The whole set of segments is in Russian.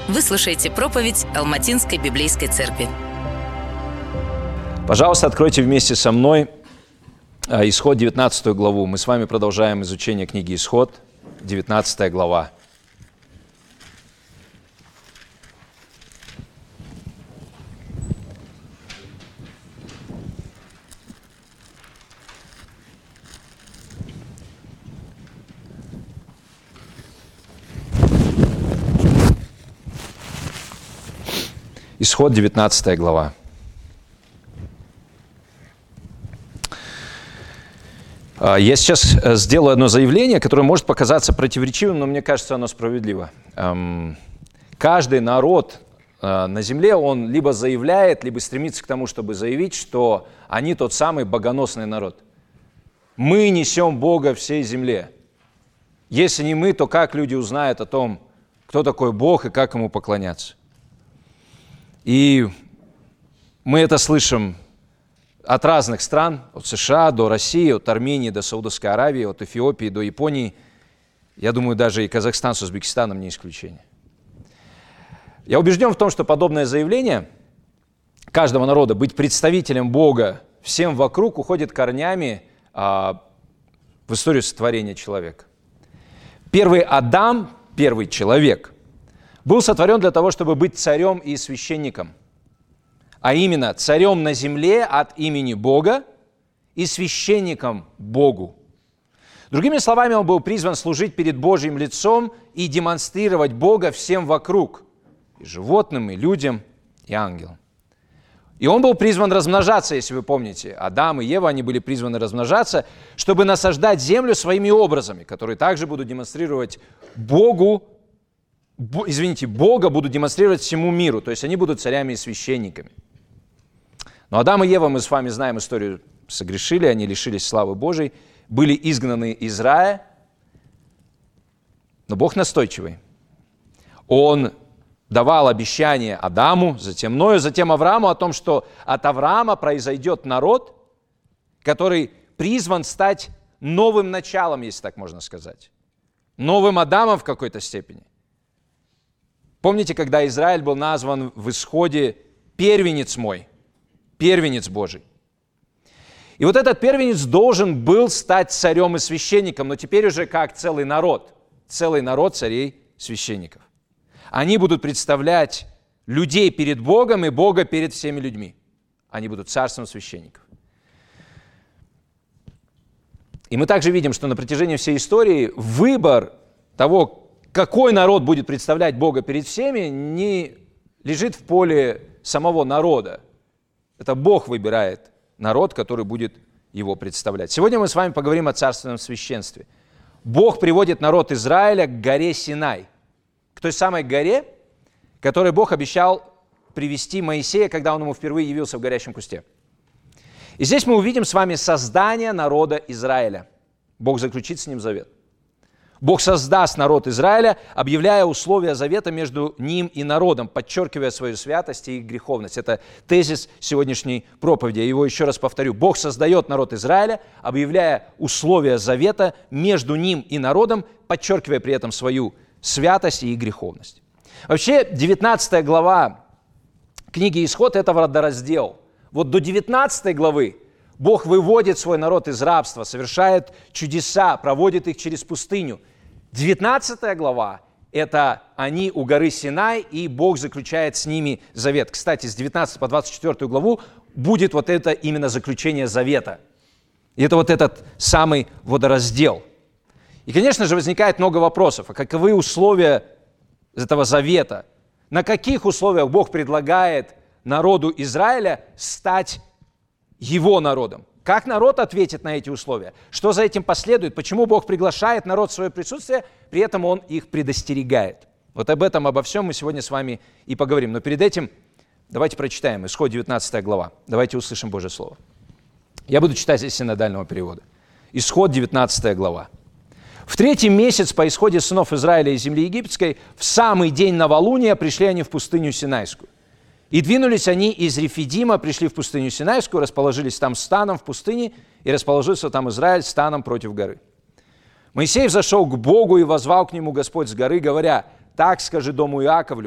Вы слушаете проповедь Алматинской библейской церкви. Пожалуйста, откройте вместе со мной Исход 19 главу. Мы с вами продолжаем изучение книги Исход, 19 глава. Исход, 19 глава. Я сейчас сделаю одно заявление, которое может показаться противоречивым, но мне кажется, оно справедливо. Каждый народ на земле, он либо заявляет, либо стремится к тому, чтобы заявить, что они тот самый богоносный народ. Мы несем Бога всей земле. Если не мы, то как люди узнают о том, кто такой Бог и как Ему поклоняться? И мы это слышим от разных стран, от США до России, от Армении до Саудовской Аравии, от Эфиопии до Японии. Я думаю, даже и Казахстан с Узбекистаном не исключение. Я убежден в том, что подобное заявление каждого народа быть представителем Бога всем вокруг уходит корнями в историю сотворения человека. Первый Адам, первый человек, был сотворен для того, чтобы быть царем и священником, а именно царем на земле от имени Бога и священником Богу. Другими словами, он был призван служить перед Божьим лицом и демонстрировать Бога всем вокруг, и животным, и людям, и ангелам. И он был призван размножаться, если вы помните. Адам и Ева, они были призваны размножаться, чтобы насаждать землю своими образами, которые также будут демонстрировать Бога будут демонстрировать всему миру, то есть они будут царями и священниками. Но Адам и Ева, мы с вами знаем историю, согрешили, они лишились славы Божией, были изгнаны из рая, но Бог настойчивый. Он давал обещание Адаму, затем Ною, затем Аврааму о том, что от Авраама произойдет народ, который призван стать новым началом, если так можно сказать, новым Адамом в какой-то степени. Помните, когда Израиль был назван в Исходе «первенец мой», «первенец Божий». И вот этот первенец должен был стать царем и священником, но теперь уже как целый народ царей священников. Они будут представлять людей перед Богом и Бога перед всеми людьми. Они будут царством священников. И мы также видим, что на протяжении всей истории выбор того, какой народ будет представлять Бога перед всеми, не лежит в поле самого народа. Это Бог выбирает народ, который будет его представлять. Сегодня мы с вами поговорим о царственном священстве. Бог приводит народ Израиля к горе Синай, к той самой горе, которой Бог обещал привести Моисея, когда он ему впервые явился в горящем кусте. И здесь мы увидим с вами создание народа Израиля. Бог заключит с ним завет. Бог создаст народ Израиля, объявляя условия завета между ним и народом, подчеркивая свою святость и греховность. Это тезис сегодняшней проповеди. Я его еще раз повторю. Бог создает народ Израиля, объявляя условия завета между ним и народом, подчеркивая при этом свою святость и греховность. Вообще, 19 глава книги Исход – это водораздел. Вот до 19 главы Бог выводит свой народ из рабства, совершает чудеса, проводит их через пустыню. 19 глава – это они у горы Синай, и Бог заключает с ними завет. Кстати, с 19 по 24 главу будет вот это именно заключение завета. И это вот этот самый водораздел. И, конечно же, возникает много вопросов. А каковы условия этого завета? На каких условиях Бог предлагает народу Израиля стать его народом? Как народ ответит на эти условия? Что за этим последует? Почему Бог приглашает народ в свое присутствие, при этом Он их предостерегает? Вот об этом, обо всем мы сегодня с вами и поговорим. Но перед этим давайте прочитаем Исход 19 глава. Давайте услышим Божье Слово. Я буду читать из синодального перевода. Исход 19 глава. «В 3-й месяц по исходе сынов Израиля из земли египетской, в самый день новолуния пришли они в пустыню Синайскую. И двинулись они из Рефидима, пришли в пустыню Синайскую, расположились там станом в пустыне, и расположился там Израиль станом против горы. Моисей взошел к Богу, и воззвал к нему Господь с горы, говоря: «Так скажи дому Иаковлеву,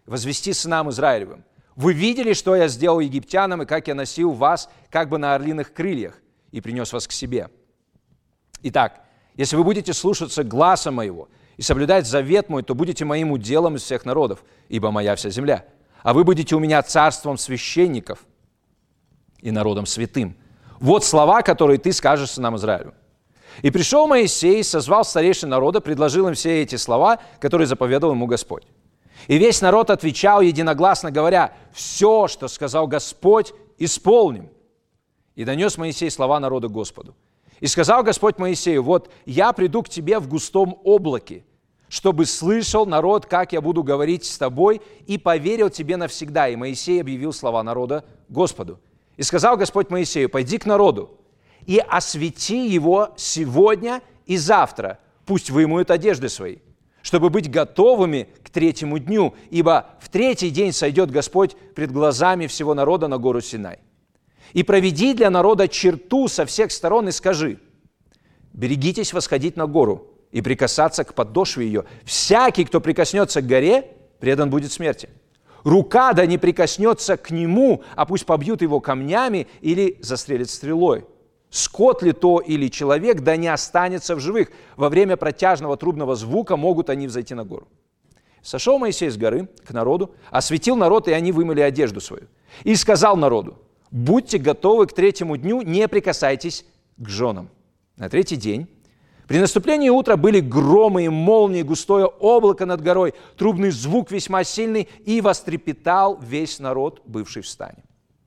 возвести сынам Израилевым: вы видели, что я сделал египтянам, и как я носил вас как бы на орлиных крыльях и принес вас к себе. Итак, если вы будете слушаться гласа моего и соблюдать завет мой, то будете моим уделом из всех народов, ибо моя вся земля. А вы будете у меня царством священников и народом святым. Вот слова, которые ты скажешь сынам Израилю. И пришел Моисей, созвал старейшин народа, предложил им все эти слова, которые заповедовал ему Господь. И весь народ отвечал единогласно, говоря: все, что сказал Господь, исполним. И донес Моисей слова народа Господу. И сказал Господь Моисею: вот я приду к тебе в густом облаке, чтобы слышал народ, как я буду говорить с тобой, и поверил тебе навсегда. И Моисей объявил слова народа Господу. И сказал Господь Моисею: пойди к народу и освети его сегодня и завтра, пусть вымоют одежды свои, чтобы быть готовыми к третьему дню, ибо в третий день сойдет Господь пред глазами всего народа на гору Синай. И проведи для народа черту со всех сторон и скажи: берегитесь восходить на гору и прикасаться к подошве ее. Всякий, кто прикоснется к горе, предан будет смерти. Рука да не прикоснется к нему, а пусть побьют его камнями или застрелят стрелой. Скот ли то или человек, да не останется в живых. Во время протяжного трубного звука могут они взойти на гору. Сошел Моисей с горы к народу, осветил народ, и они вымыли одежду свою. И сказал народу: будьте готовы к третьему дню, не прикасайтесь к женам. На третий день, при наступлении утра, были громы и молнии, густое облако над горой, трубный звук весьма сильный, и вострепетал весь народ, бывший в стане.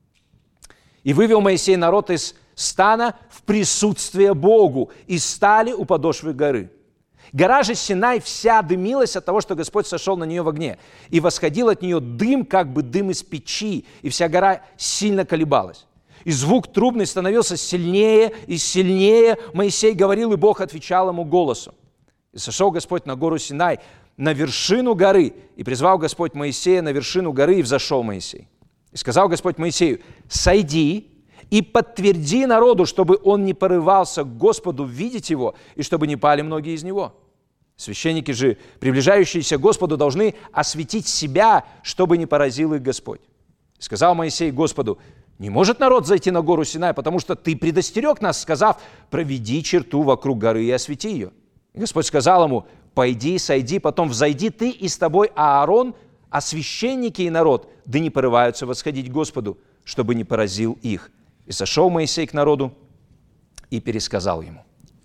И вывел Моисей народ из стана в присутствие Богу, и стали у подошвы горы. Гора же Синай вся дымилась от того, что Господь сошел на нее в огне, и восходил от нее дым, как бы дым из печи, и вся гора сильно колебалась. И звук трубный становился сильнее и сильнее. Моисей говорил, и Бог отвечал ему голосом. И сошел Господь на гору Синай, на вершину горы, и призвал Господь Моисея на вершину горы, и взошел Моисей. И сказал Господь Моисею: сойди и подтверди народу, чтобы он не порывался к Господу видеть его, и чтобы не пали многие из него. Священники же, приближающиеся к Господу, должны осветить себя, чтобы не поразил их Господь. И сказал Моисей Господу: не может народ зайти на гору Синай, потому что ты предостерег нас, сказав: проведи черту вокруг горы и освети ее. И Господь сказал ему: пойди, сойди, потом взойди ты и с тобой Аарон, а священники и народ да не порываются восходить к Господу, чтобы не поразил их. И сошел Моисей к народу и пересказал ему.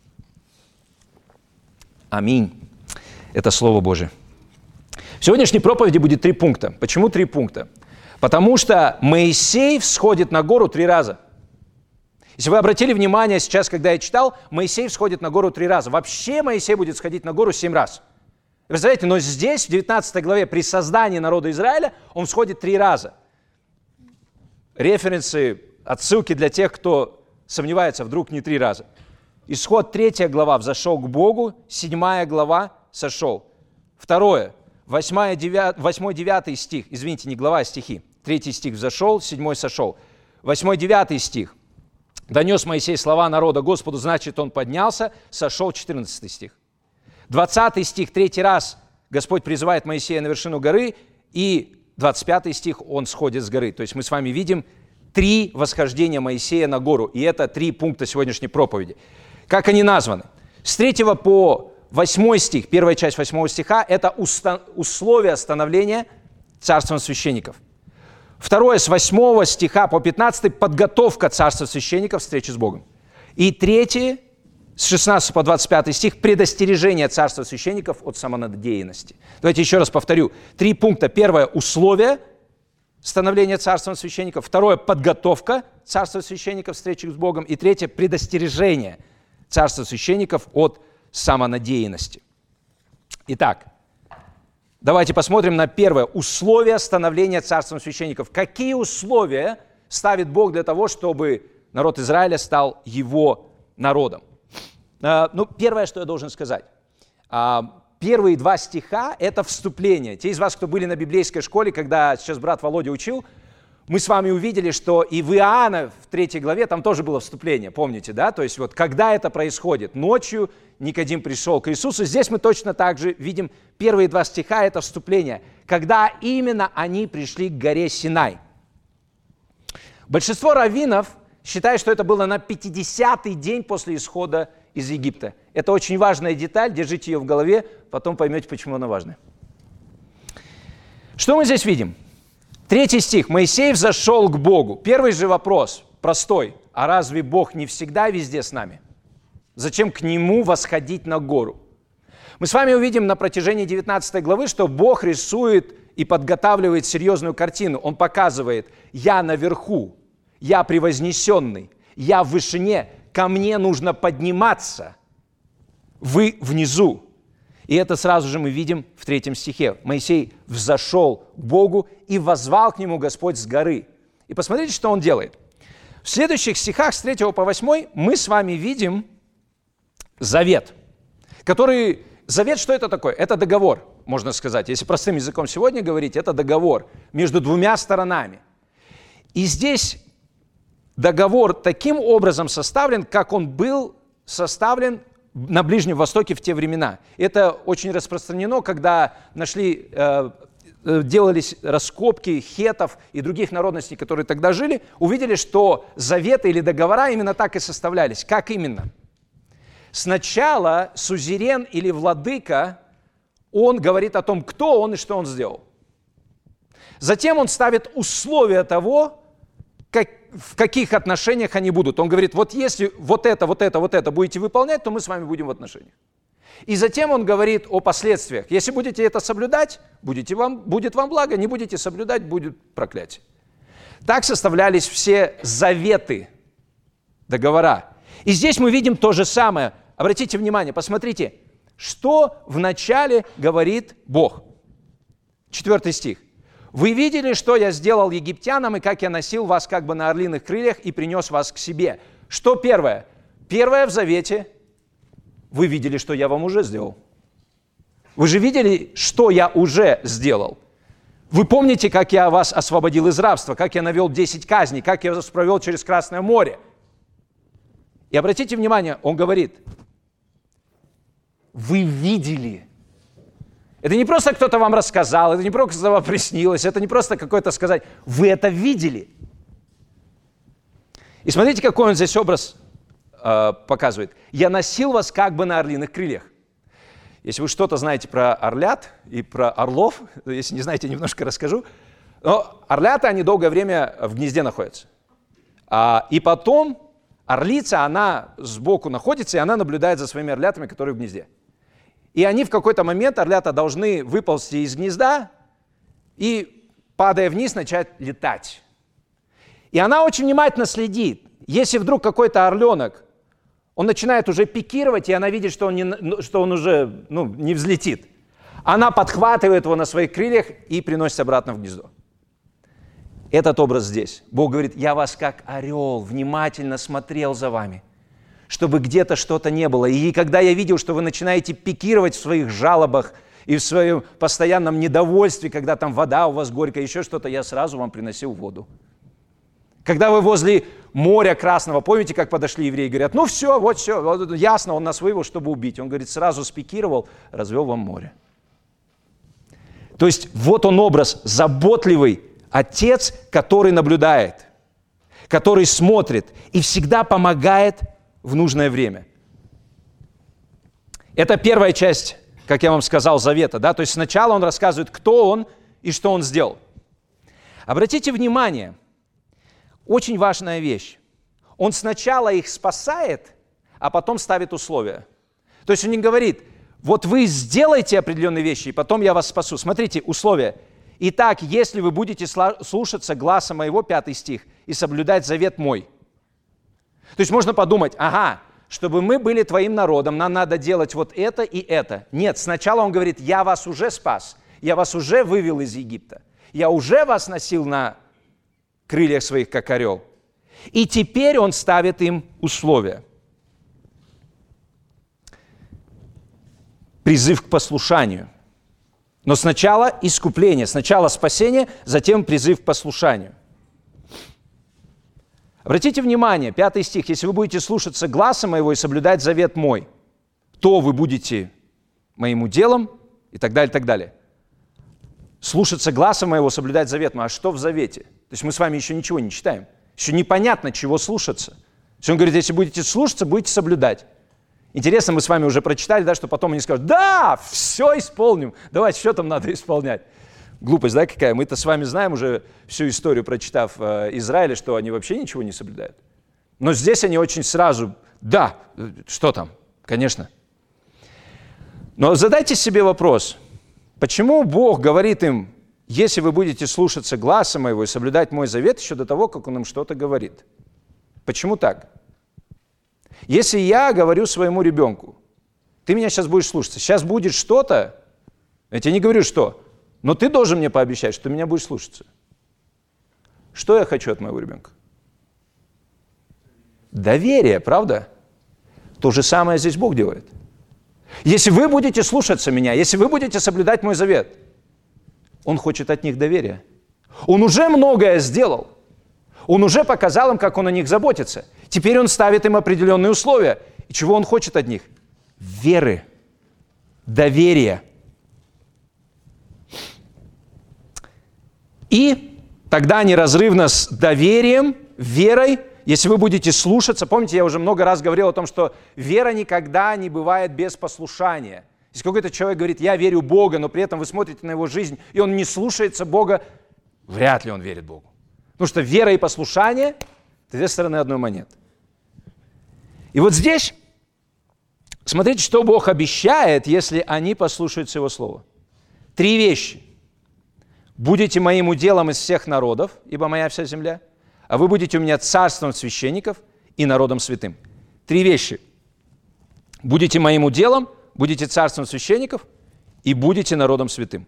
Аминь. Это Слово Божие. В сегодняшней проповеди будет 3 пункта. Почему 3 пункта? Потому что Моисей всходит на гору 3 раза. Если вы обратили внимание сейчас, когда я читал, Моисей всходит на гору 3 раза. Вообще Моисей будет сходить на гору 7 раз. Представляете, но здесь, в 19 главе, при создании народа Израиля, он всходит 3 раза. Референсы, отсылки для тех, кто сомневается, вдруг не 3 раза. Исход 3 глава: взошел к Богу, 7 глава: сошел. 2, 8-9 стих, извините, не глава, а стихи. 3 стих: взошел, 7 сошел. 8-9 стих: донес Моисей слова народа Господу, значит, он поднялся, сошел. 14 стих. 20 стих: 3 раз Господь призывает Моисея на вершину горы, и 25 стих: он сходит с горы. То есть мы с вами видим 3 восхождения Моисея на гору, и это 3 пункта сегодняшней проповеди. Как они названы? С 3 по 8 стих, первая часть 8 стиха, это условия становления царством священников. 2, с 8 стиха по 15, подготовка царства священников, встречи с Богом. И 3, с 16 по 25 стих, предостережение царства священников от самонадеянности. Давайте еще раз повторю. 3 пункта. 1, условия становления царством священников. 2, подготовка царства священников, встречи с Богом. И 3, предостережение царства священников от самонадеянности. Итак, давайте посмотрим на 1, условия становления царством священников. Какие условия ставит Бог для того, чтобы народ Израиля стал его народом? Первое, что я должен сказать. Первые 2 стиха – это вступление. Те из вас, кто были на библейской школе, когда сейчас брат Володя учил, Мы с вами увидели, что и в Иоанна в 3 главе там тоже было вступление, помните, да? То есть вот когда это происходит? Ночью Никодим пришел к Иисусу. Здесь мы точно так же видим первые 2 стиха, это вступление. Когда именно они пришли к горе Синай. Большинство раввинов считают, что это было на 50-й день после исхода из Египта. Это очень важная деталь, держите ее в голове, потом поймете, почему она важная. Что мы здесь видим? 3 стих. Моисей взошел к Богу. Первый же вопрос, простой. А разве Бог не всегда везде с нами? Зачем к Нему восходить на гору? Мы с вами увидим на протяжении 19 главы, что Бог рисует и подготавливает серьезную картину. Он показывает: я наверху, я превознесенный, я в вышине, ко мне нужно подниматься, вы внизу. И это сразу же мы видим в 3 стихе. Моисей взошел к Богу и воззвал к Нему Господь с горы. И посмотрите, что он делает. В следующих стихах с 3 по 8 мы с вами видим завет. Завет, что это такое? Это договор, можно сказать. Если простым языком сегодня говорить, это договор между 2 сторонами. И здесь договор таким образом составлен, как он был составлен на Ближнем Востоке в те времена. Это очень распространено, когда делались раскопки хетов и других народностей, которые тогда жили, увидели, что заветы или договора именно так и составлялись. Как именно? Сначала сузерен или владыка, он говорит о том, кто он и что он сделал. Затем он ставит условия того, в каких отношениях они будут. Он говорит: вот если вот это будете выполнять, то мы с вами будем в отношениях. И затем он говорит о последствиях. Если будете это соблюдать, будет вам благо, не будете соблюдать, будет проклятие. Так составлялись все заветы, договора. И здесь мы видим то же самое. Обратите внимание, посмотрите, что вначале говорит Бог. 4 стих. «Вы видели, что я сделал египтянам, и как я носил вас как бы на орлиных крыльях и принес вас к себе». Что первое? Первое в завете. Вы видели, что я вам уже сделал. Вы же видели, что я уже сделал. Вы помните, как я вас освободил из рабства, как я навел 10 казней, как я вас провел через Красное море. И обратите внимание, он говорит: вы видели. Это не просто кто-то вам рассказал, это не просто вам приснилось, это не просто какое-то сказать. Вы это видели. И смотрите, какой он здесь образ показывает. «Я носил вас как бы на орлиных крыльях». Если вы что-то знаете про орлят и про орлов, если не знаете, немножко расскажу. Но орлята, они долгое время в гнезде находятся. И потом орлица, она сбоку находится, и она наблюдает за своими орлятами, которые в гнезде. И они в какой-то момент, орлята, должны выползти из гнезда и, падая вниз, начать летать. И она очень внимательно следит. Если вдруг какой-то орленок, он начинает уже пикировать, и она видит, что он уже не взлетит, она подхватывает его на своих крыльях и приносит обратно в гнездо. Этот образ здесь. Бог говорит: я вас как орел внимательно смотрел за вами, чтобы где-то что-то не было. И когда я видел, что вы начинаете пикировать в своих жалобах и в своем постоянном недовольстве, когда там вода у вас горькая, еще что-то, я сразу вам приносил воду. Когда вы возле моря Красного, помните, как подошли евреи, говорят: ну все, вот ясно, он нас вывел, чтобы убить. Он говорит: сразу спикировал, развел вам море. То есть вот он образ, заботливый отец, который наблюдает, который смотрит и всегда помогает в нужное время. Это первая часть, как я вам сказал, завета. Да? То есть сначала он рассказывает, кто он и что он сделал. Обратите внимание, очень важная вещь. Он сначала их спасает, а потом ставит условия. То есть он не говорит: вот вы сделаете определенные вещи, и потом я вас спасу. Смотрите, условия. Итак, если вы будете слушаться гласа моего, 5 стих, и соблюдать завет мой. То есть можно подумать: ага, чтобы мы были твоим народом, нам надо делать вот это и это. Нет, сначала он говорит: я вас уже спас, я вас уже вывел из Египта, я уже вас носил на крыльях своих, как орел. И теперь он ставит им условия. Призыв к послушанию. Но сначала искупление, сначала спасение, затем призыв к послушанию. Обратите внимание, 5 стих. «Если вы будете слушаться гласа моего и соблюдать завет мой, то вы будете моим уделом», и так далее, и так далее. Слушаться гласа моего, соблюдать завет мой. А что в завете? То есть мы с вами еще ничего не читаем. Еще непонятно, чего слушаться. То есть он говорит, если будете слушаться, будете соблюдать. Интересно, мы с вами уже прочитали, да, что потом они скажут, да, все исполним. Давайте, что там надо исполнять? Глупость, да, какая? Мы-то с вами знаем уже всю историю, прочитав Израиля, что они вообще ничего не соблюдают. Но здесь они очень сразу, да, что там, конечно. Но задайте себе вопрос, почему Бог говорит им, если вы будете слушаться гласа моего и соблюдать мой завет еще до того, как он им что-то говорит? Почему так? Если я говорю своему ребенку, ты меня сейчас будешь слушаться, сейчас будет что-то, я тебе не говорю что, но ты должен мне пообещать, что ты меня будешь слушаться. Что я хочу от моего ребенка? Доверие, правда? То же самое здесь Бог делает. Если вы будете слушаться меня, если вы будете соблюдать мой завет, Он хочет от них доверия. Он уже многое сделал. Он уже показал им, как Он о них заботится. Теперь Он ставит им определенные условия. И чего Он хочет от них? Веры, доверия. И тогда неразрывно с доверием, верой, если вы будете слушаться, помните, я уже много раз говорил о том, что вера никогда не бывает без послушания. Если какой-то человек говорит, я верю в Бога, но при этом вы смотрите на его жизнь, и он не слушается Бога, вряд ли он верит Богу. Потому что вера и послушание – это две стороны одной монеты. И вот здесь, смотрите, что Бог обещает, если они послушаются Его Слова. 3 вещи. «Будете моим уделом из всех народов, ибо моя вся земля, а вы будете у меня царством священников и народом святым». 3 вещи. Будете моим уделом, будете царством священников и будете народом святым.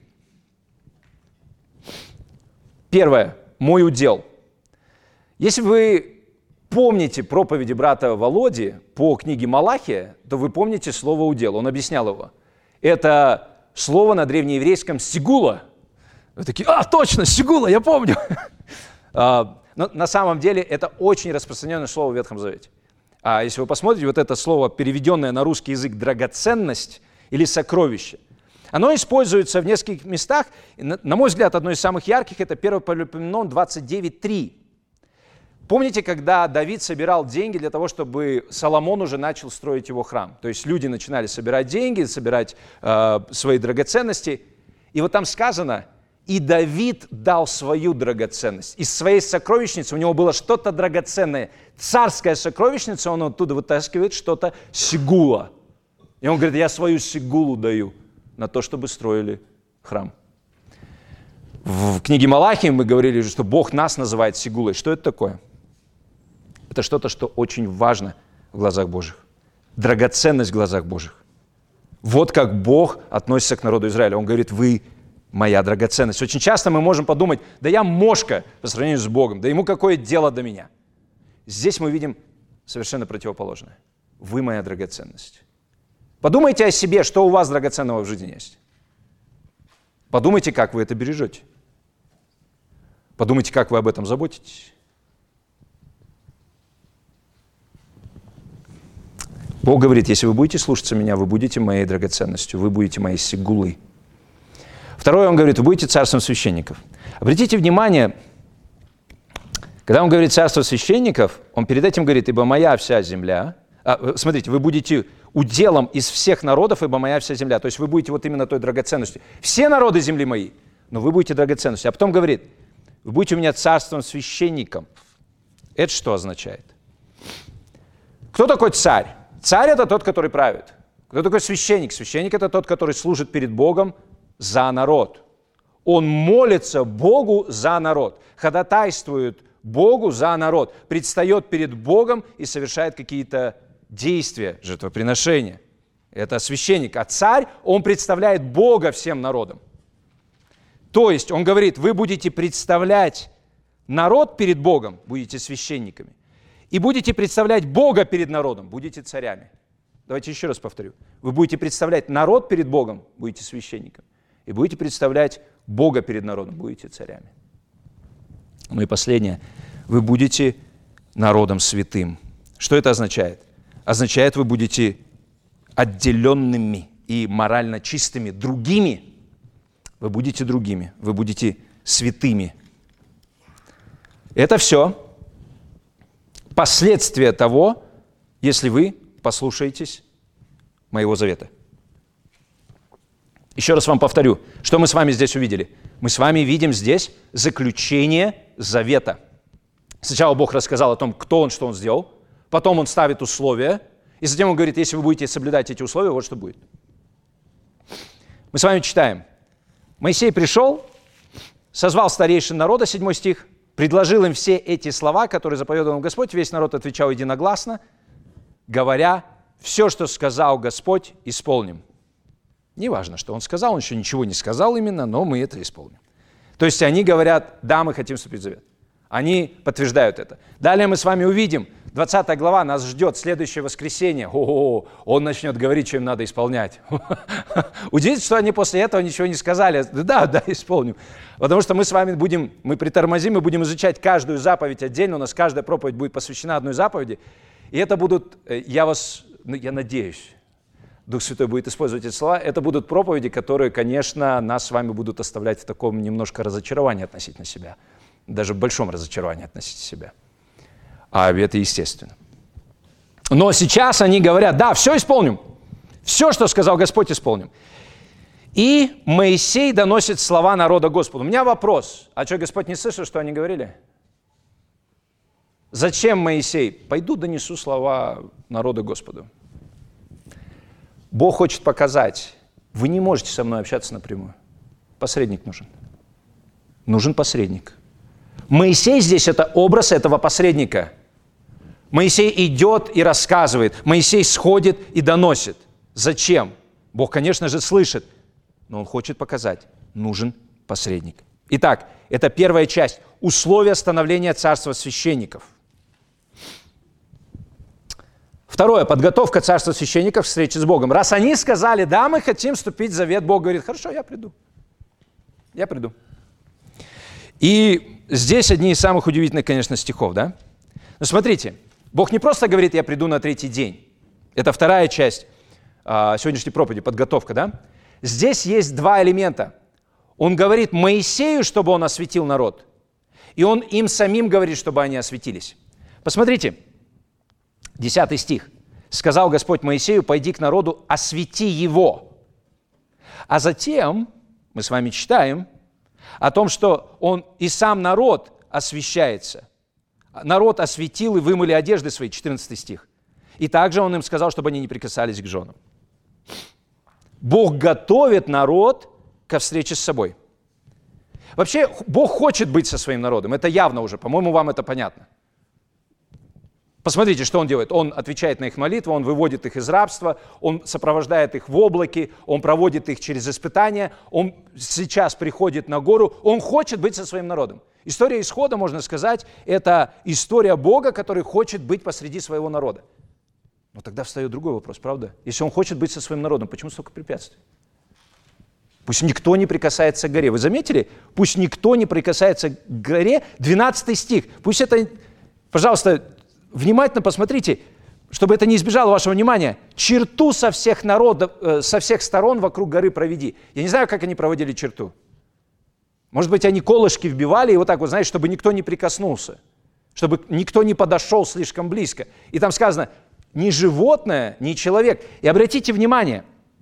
Первое. Мой удел. Если вы помните проповеди брата Володи по книге Малахия, то вы помните слово «удел». Он объяснял его. Это слово на древнееврейском «сигула». Вы такие, точно, «сигула», я помню. Но на самом деле это очень распространенное слово в Ветхом Завете. А если вы посмотрите, вот это слово, переведенное на русский язык «драгоценность» или «сокровище», оно используется в нескольких местах. На мой взгляд, одно из самых ярких – это 1 Паралипоменон 29:3. Помните, когда Давид собирал деньги для того, чтобы Соломон уже начал строить его храм? То есть люди начинали собирать деньги, собирать свои драгоценности. И вот там сказано, и Давид дал свою драгоценность. Из своей сокровищницы у него было что-то драгоценное. Царская сокровищница, он оттуда вытаскивает что-то сигула. И он говорит, я свою сигулу даю на то, чтобы строили храм. В книге Малахии мы говорили, что Бог нас называет сигулой. Что это такое? Это что-то, что очень важно в глазах Божьих. Драгоценность в глазах Божьих. Вот как Бог относится к народу Израиля. Он говорит, вы моя драгоценность. Очень часто мы можем подумать, да я мошка по сравнению с Богом, да ему какое дело до меня. Здесь мы видим совершенно противоположное. Вы моя драгоценность. Подумайте о себе, что у вас драгоценного в жизни есть. Подумайте, как вы это бережете. Подумайте, как вы об этом заботитесь. Бог говорит, если вы будете слушаться меня, вы будете моей драгоценностью, вы будете моей сигулой. Второе, он говорит, вы будете царством священников. Обратите внимание, когда он говорит царство священников, он перед этим говорит, ибо моя вся земля. Смотрите, вы будете уделом из всех народов, ибо моя вся земля. То есть вы будете вот именно той драгоценностью. Все народы земли мои, но вы будете драгоценностью. А потом говорит, вы будете у меня царством священником. Это что означает? Кто такой царь? Царь – это тот, который правит. Кто такой священник? Священник – это тот, который служит перед Богом за народ. Он молится Богу за народ, ходатайствует Богу за народ, предстает перед Богом и совершает какие-то действия, жертвоприношения. Это священник. А царь, он представляет Бога всем народам. То есть он говорит, вы будете представлять народ перед Богом, будете священниками, и будете представлять Бога перед народом, будете царями. Давайте еще раз повторю. Вы будете представлять народ перед Богом, будете священниками, и будете представлять Бога перед народом, будете царями. Ну и последнее. Вы будете народом святым. Что это означает? Означает, вы будете отделенными и морально чистыми, другими. Вы будете другими, вы будете святыми. Это все последствия того, если вы послушаетесь моего завета. Еще раз вам повторю, что мы с вами здесь увидели. Мы с вами видим здесь заключение завета. Сначала Бог рассказал о том, кто Он, что Он сделал. Потом Он ставит условия. И затем Он говорит, если вы будете соблюдать эти условия, вот что будет. Мы с вами читаем. Моисей пришел, созвал старейшин народа, 7 стих, предложил им все эти слова, которые заповедовал им Господь. Весь народ отвечал единогласно, говоря, все, что сказал Господь, исполним. Неважно, что Он сказал, Он еще ничего не сказал именно, но мы это исполним. То есть они говорят, да, мы хотим вступить в завет. Они подтверждают это. Далее мы с вами увидим, 20 глава нас ждет следующее воскресенье. Он начнет говорить, что им надо исполнять. Удивительно, что они после этого ничего не сказали. Да, исполним. Потому что мы с вами мы притормозим и будем изучать каждую заповедь отдельно. У нас каждая проповедь будет посвящена одной заповеди. И это будут, я надеюсь, Дух Святой будет использовать эти слова. Это будут проповеди, которые, конечно, нас с вами будут оставлять в таком немножко разочаровании относительно себя. Даже в большом разочаровании относительно себя. А это естественно. Но сейчас они говорят, да, все исполним. Все, что сказал Господь, исполним. И Моисей доносит слова народа Господу. У меня вопрос. А что, Господь не слышал, что они говорили? Зачем Моисей? Пойду донесу слова народа Господу. Бог хочет показать, вы не можете со мной общаться напрямую. Посредник нужен. Нужен посредник. Моисей здесь – это образ этого посредника. Моисей идет и рассказывает. Моисей сходит и доносит. Зачем? Бог, конечно же, слышит, но Он хочет показать. Нужен посредник. Итак, это первая часть. Условия становления царства священников. Второе. Подготовка царства священников к встрече с Богом. Раз они сказали, да, мы хотим вступить в завет, Бог говорит, хорошо, я приду. Я приду. И здесь одни из самых удивительных, конечно, стихов, да? Но смотрите, Бог не просто говорит, я приду на 3-й день. Это вторая часть сегодняшней проповеди, подготовка, да? Здесь есть два элемента. Он говорит Моисею, чтобы он осветил народ, и он им самим говорит, чтобы они осветились. Посмотрите, 10 стих. «Сказал Господь Моисею, пойди к народу, освети его». А затем мы с вами читаем о том, что он и сам народ освящается. Народ осветил и вымыли одежды свои, 14 стих. И также он им сказал, чтобы они не прикасались к женам. Бог готовит народ ко встрече с собой. Вообще, Бог хочет быть со своим народом. Это явно уже, по-моему, вам это понятно. Посмотрите, что Он делает. Он отвечает на их молитву, Он выводит их из рабства, Он сопровождает их в облаке, Он проводит их через испытания, Он сейчас приходит на гору, Он хочет быть со своим народом. История исхода, можно сказать, это история Бога, который хочет быть посреди своего народа. Но тогда встает другой вопрос, правда? Если Он хочет быть со своим народом, почему столько препятствий? Пусть никто не прикасается к горе. Вы заметили? Пусть никто не прикасается к горе. 12 стих. Пусть это, пожалуйста, внимательно посмотрите, чтобы это не избежало вашего внимания. Черту со всех народов, со всех сторон вокруг горы проведи. Я не знаю, как они проводили черту. Может быть, они колышки вбивали, и вот так вот, знаете, чтобы никто не прикоснулся, чтобы никто не подошел слишком близко. И там сказано, ни животное, ни человек. И обратите внимание,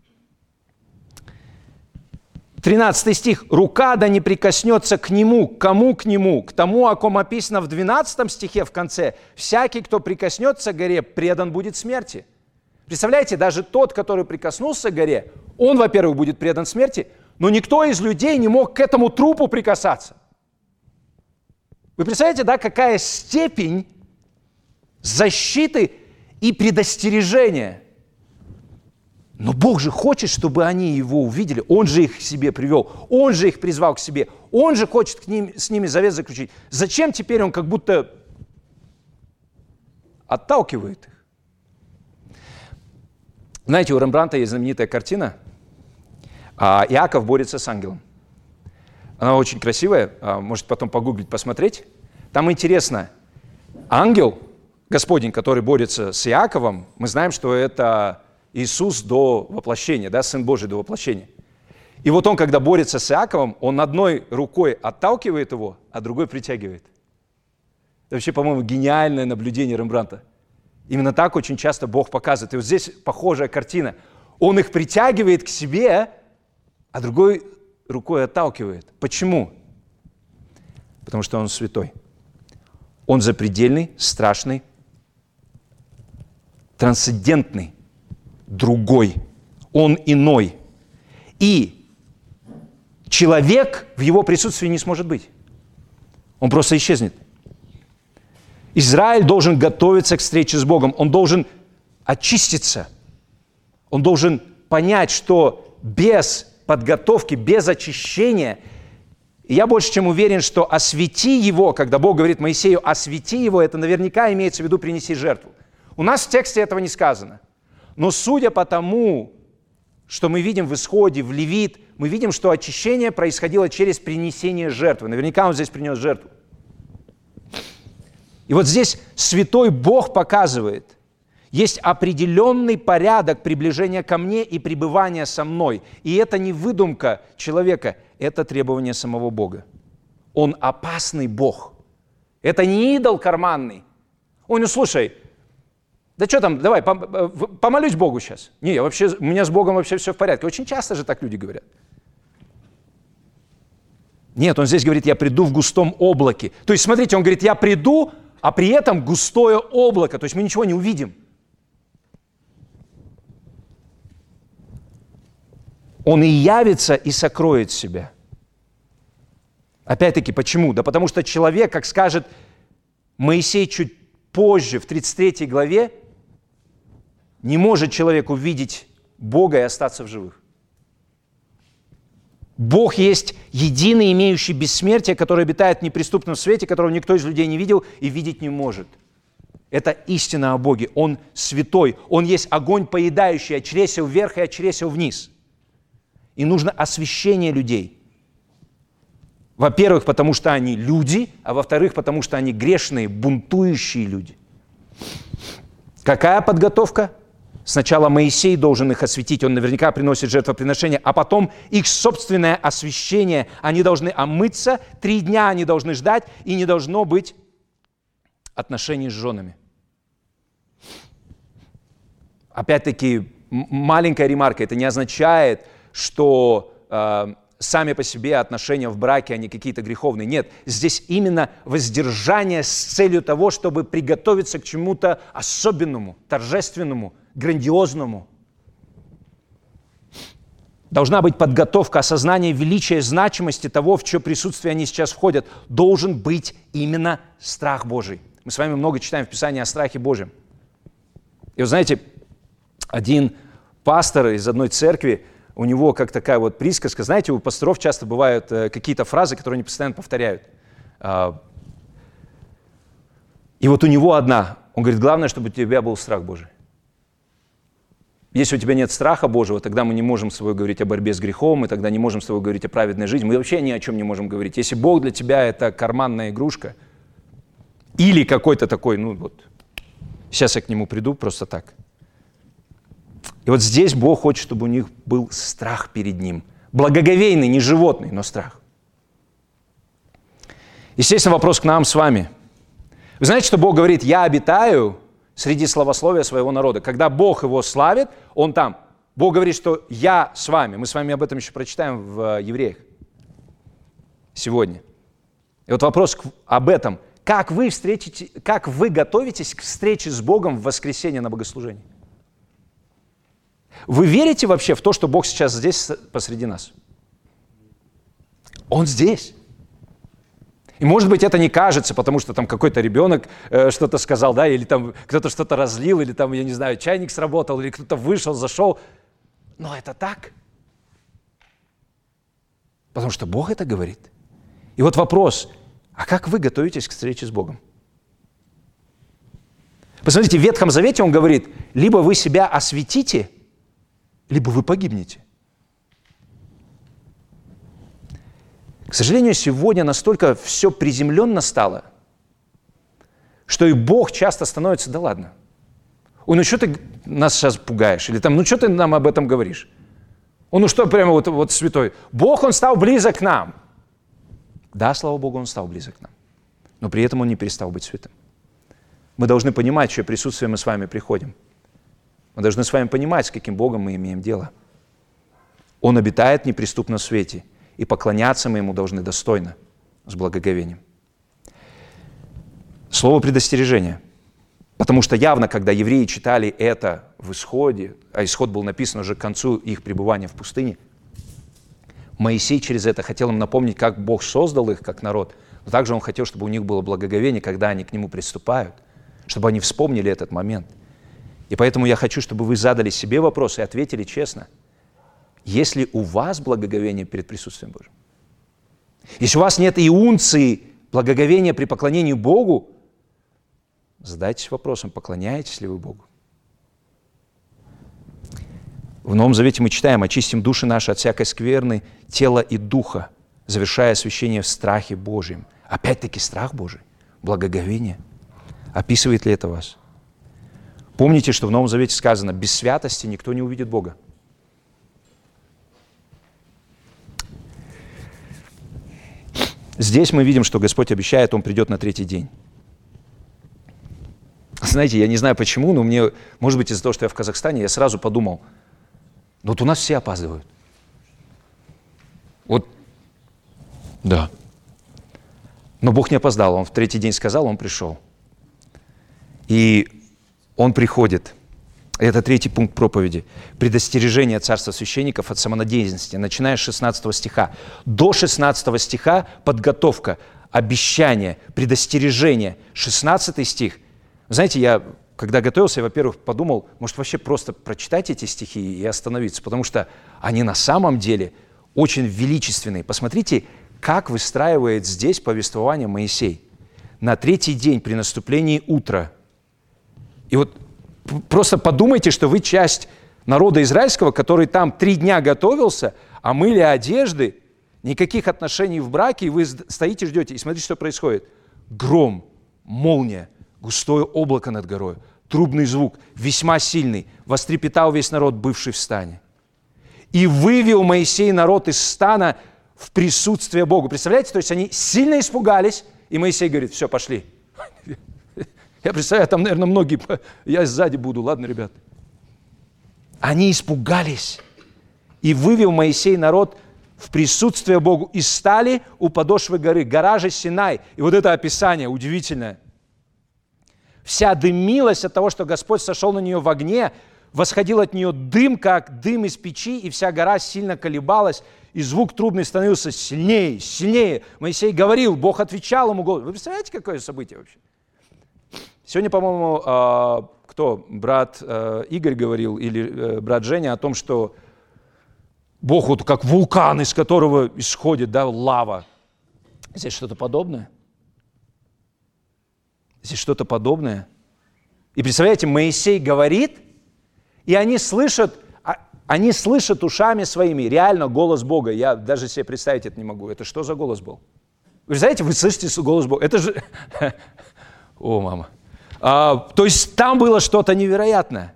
13 стих. «Рука да не прикоснется к нему». Кому к нему? К тому, о ком описано в 12 стихе в конце. «Всякий, кто прикоснется к горе, предан будет смерти». Представляете, даже тот, который прикоснулся к горе, он, во-первых, будет предан смерти, но никто из людей не мог к этому трупу прикасаться. Вы представляете, да, какая степень защиты и предостережения? Но Бог же хочет, чтобы они Его увидели. Он же их к себе привел. Он же их призвал к себе. Он же хочет с ними завет заключить. Зачем теперь Он как будто отталкивает их? Знаете, у Рембрандта есть знаменитая картина «Иаков борется с ангелом». Она очень красивая. Можете потом погуглить, посмотреть. Там интересно. Ангел Господень, который борется с Иаковом, мы знаем, что это Иисус до воплощения, да, Сын Божий до воплощения. И вот он, когда борется с Иаковом, он одной рукой отталкивает его, а другой притягивает. Это вообще, по-моему, гениальное наблюдение Рембрандта. Именно так очень часто Бог показывает. И вот здесь похожая картина. Он их притягивает к себе, а другой рукой отталкивает. Почему? Потому что он святой. Он запредельный, страшный, трансцендентный, другой. Он иной. И человек в его присутствии не сможет быть. Он просто исчезнет. Израиль должен готовиться к встрече с Богом. Он должен очиститься. Он должен понять, что без подготовки, без очищения, я больше чем уверен, что освети его, когда Бог говорит Моисею, освети его, это наверняка имеется в виду принеси жертву. У нас в тексте этого не сказано. Но судя по тому, что мы видим в Исходе, в Левит, мы видим, что очищение происходило через принесение жертвы. Наверняка он здесь принес жертву. И вот здесь святой Бог показывает, есть определенный порядок приближения ко мне и пребывания со мной. И это не выдумка человека, это требование самого Бога. Он опасный Бог. Это не идол карманный. Ой, ну слушай, да что там, давай, помолюсь Богу сейчас. Не, у меня с Богом вообще все в порядке. Очень часто же так люди говорят. Нет, он здесь говорит, я приду в густом облаке. То есть, смотрите, он говорит, я приду, а при этом густое облако. То есть мы ничего не увидим. Он и явится, и сокроет себя. Опять-таки, почему? Да потому что человек, как скажет Моисей чуть позже, в 33 главе, не может человек увидеть Бога и остаться в живых. Бог есть единый, имеющий бессмертие, который обитает в неприступном свете, которого никто из людей не видел и видеть не может. Это истина о Боге. Он святой. Он есть огонь, поедающий от чресел вверх и от чресел вниз. И нужно освящение людей. Во-первых, потому что они люди, а во-вторых, потому что они грешные, бунтующие люди. Какая подготовка? Сначала Моисей должен их осветить, он наверняка приносит жертвоприношение, а потом их собственное освящение. Они должны омыться, 3 дня они должны ждать, и не должно быть отношений с женами. Опять-таки, маленькая ремарка, это не означает, что сами по себе отношения в браке, они какие-то греховные. Нет, здесь именно воздержание с целью того, чтобы приготовиться к чему-то особенному, торжественному, грандиозному. Должна быть подготовка, осознание величия, значимости того, в чье присутствие они сейчас входят. Должен быть именно страх Божий. Мы с вами много читаем в Писании о страхе Божьем. И вы знаете, один пастор из одной церкви, у него как такая вот присказка, знаете, у пасторов часто бывают какие-то фразы, которые они постоянно повторяют. И вот у него одна, он говорит, главное, чтобы у тебя был страх Божий. Если у тебя нет страха Божьего, тогда мы не можем с тобой говорить о борьбе с грехом, мы тогда не можем с тобой говорить о праведной жизни, мы вообще ни о чем не можем говорить. Если Бог для тебя это карманная игрушка, или какой-то такой, ну вот, сейчас я к нему приду просто так. И вот здесь Бог хочет, чтобы у них был страх перед Ним. Благоговейный, не животный, но страх. Естественно, вопрос к нам с вами. Вы знаете, что Бог говорит, я обитаю среди славословия своего народа. Когда Бог его славит, Он там. Бог говорит, что я с вами. Мы с вами об этом еще прочитаем в Евреях сегодня. И вот вопрос об этом. Как вы готовитесь к встрече с Богом в воскресенье на богослужении? Вы верите вообще в то, что Бог сейчас здесь посреди нас? Он здесь. И может быть это не кажется, потому что там какой-то ребенок что-то сказал, да, или там кто-то что-то разлил, или там, я не знаю, чайник сработал, или кто-то вышел, зашел. Но это так. Потому что Бог это говорит. И вот вопрос, а как вы готовитесь к встрече с Богом? Посмотрите, в Ветхом Завете Он говорит, либо вы себя осветите, либо вы погибнете. К сожалению, сегодня настолько все приземленно стало, что и Бог часто становится, да ладно, ой, ну что ты нас сейчас пугаешь, или там, ну что ты нам об этом говоришь? Он, ну что, прямо вот святой. Бог, Он стал близок к нам. Да, слава Богу, Он стал близок к нам. Но при этом Он не перестал быть святым. Мы должны понимать, в чье присутствие мы с вами приходим. Мы должны с вами понимать, с каким Богом мы имеем дело. Он обитает в неприступном свете, и поклоняться мы Ему должны достойно, с благоговением. Слово предостережение. Потому что явно, когда евреи читали это в Исходе, а Исход был написан уже к концу их пребывания в пустыне, Моисей через это хотел им напомнить, как Бог создал их как народ, но также Он хотел, чтобы у них было благоговение, когда они к Нему приступают, чтобы они вспомнили этот момент. И поэтому я хочу, чтобы вы задали себе вопрос и ответили честно. Есть ли у вас благоговение перед присутствием Божьим? Если у вас нет и унции благоговения при поклонении Богу, задайтесь вопросом, поклоняетесь ли вы Богу? В Новом Завете мы читаем: «Очистим души наши от всякой скверны, тела и духа, завершая освящение в страхе Божьем». Опять-таки страх Божий, благоговение. Описывает ли это вас? Помните, что в Новом Завете сказано: без святости никто не увидит Бога. Здесь мы видим, что Господь обещает, Он придет на третий день. Знаете, я не знаю почему, но мне, может быть, из-за того, что я в Казахстане, я сразу подумал, ну вот у нас все опаздывают. Вот, да. Но Бог не опоздал, Он в третий день сказал, Он пришел. И Он приходит. Это третий пункт проповеди. Предостережение царства священников от самонадеянности, начиная с 16 стиха. До 16 стиха подготовка, обещание, предостережение. 16 стих. Знаете, я, когда готовился, я, во-первых, подумал, может, вообще просто прочитать эти стихи и остановиться, потому что они на самом деле очень величественные. Посмотрите, как выстраивает здесь повествование Моисей. На третий день при наступлении утра. И вот просто подумайте, что вы часть народа израильского, который там 3 дня готовился, а мыли одежды, никаких отношений в браке, и вы стоите, ждете, и смотрите, что происходит. Гром, молния, густое облако над горой, трубный звук, весьма сильный, вострепетал весь народ, бывший в стане. И вывел Моисей народ из стана в присутствие Бога. Представляете, то есть они сильно испугались, и Моисей говорит: все, пошли. Я представляю, там, наверное, многие, я сзади буду, ладно, ребят. Они испугались. И вывел Моисей народ в присутствие Богу, и стали у подошвы горы, гора же Синай. И вот это описание удивительное. Вся дымилась от того, что Господь сошел на нее в огне, восходил от нее дым, как дым из печи, и вся гора сильно колебалась, и звук трубный становился сильнее, сильнее. Моисей говорил, Бог отвечал ему голосом. Вы представляете, какое событие вообще? Сегодня, по-моему, брат Игорь говорил, или брат Женя, о том, что Бог вот как вулкан, из которого исходит, да, лава. Здесь что-то подобное? Здесь что-то подобное? И представляете, Моисей говорит, и они слышат ушами своими реально голос Бога. Я даже себе представить это не могу. Это что за голос был? Вы знаете, вы слышите голос Бога. Это же... О, мама. То есть там было что-то невероятное.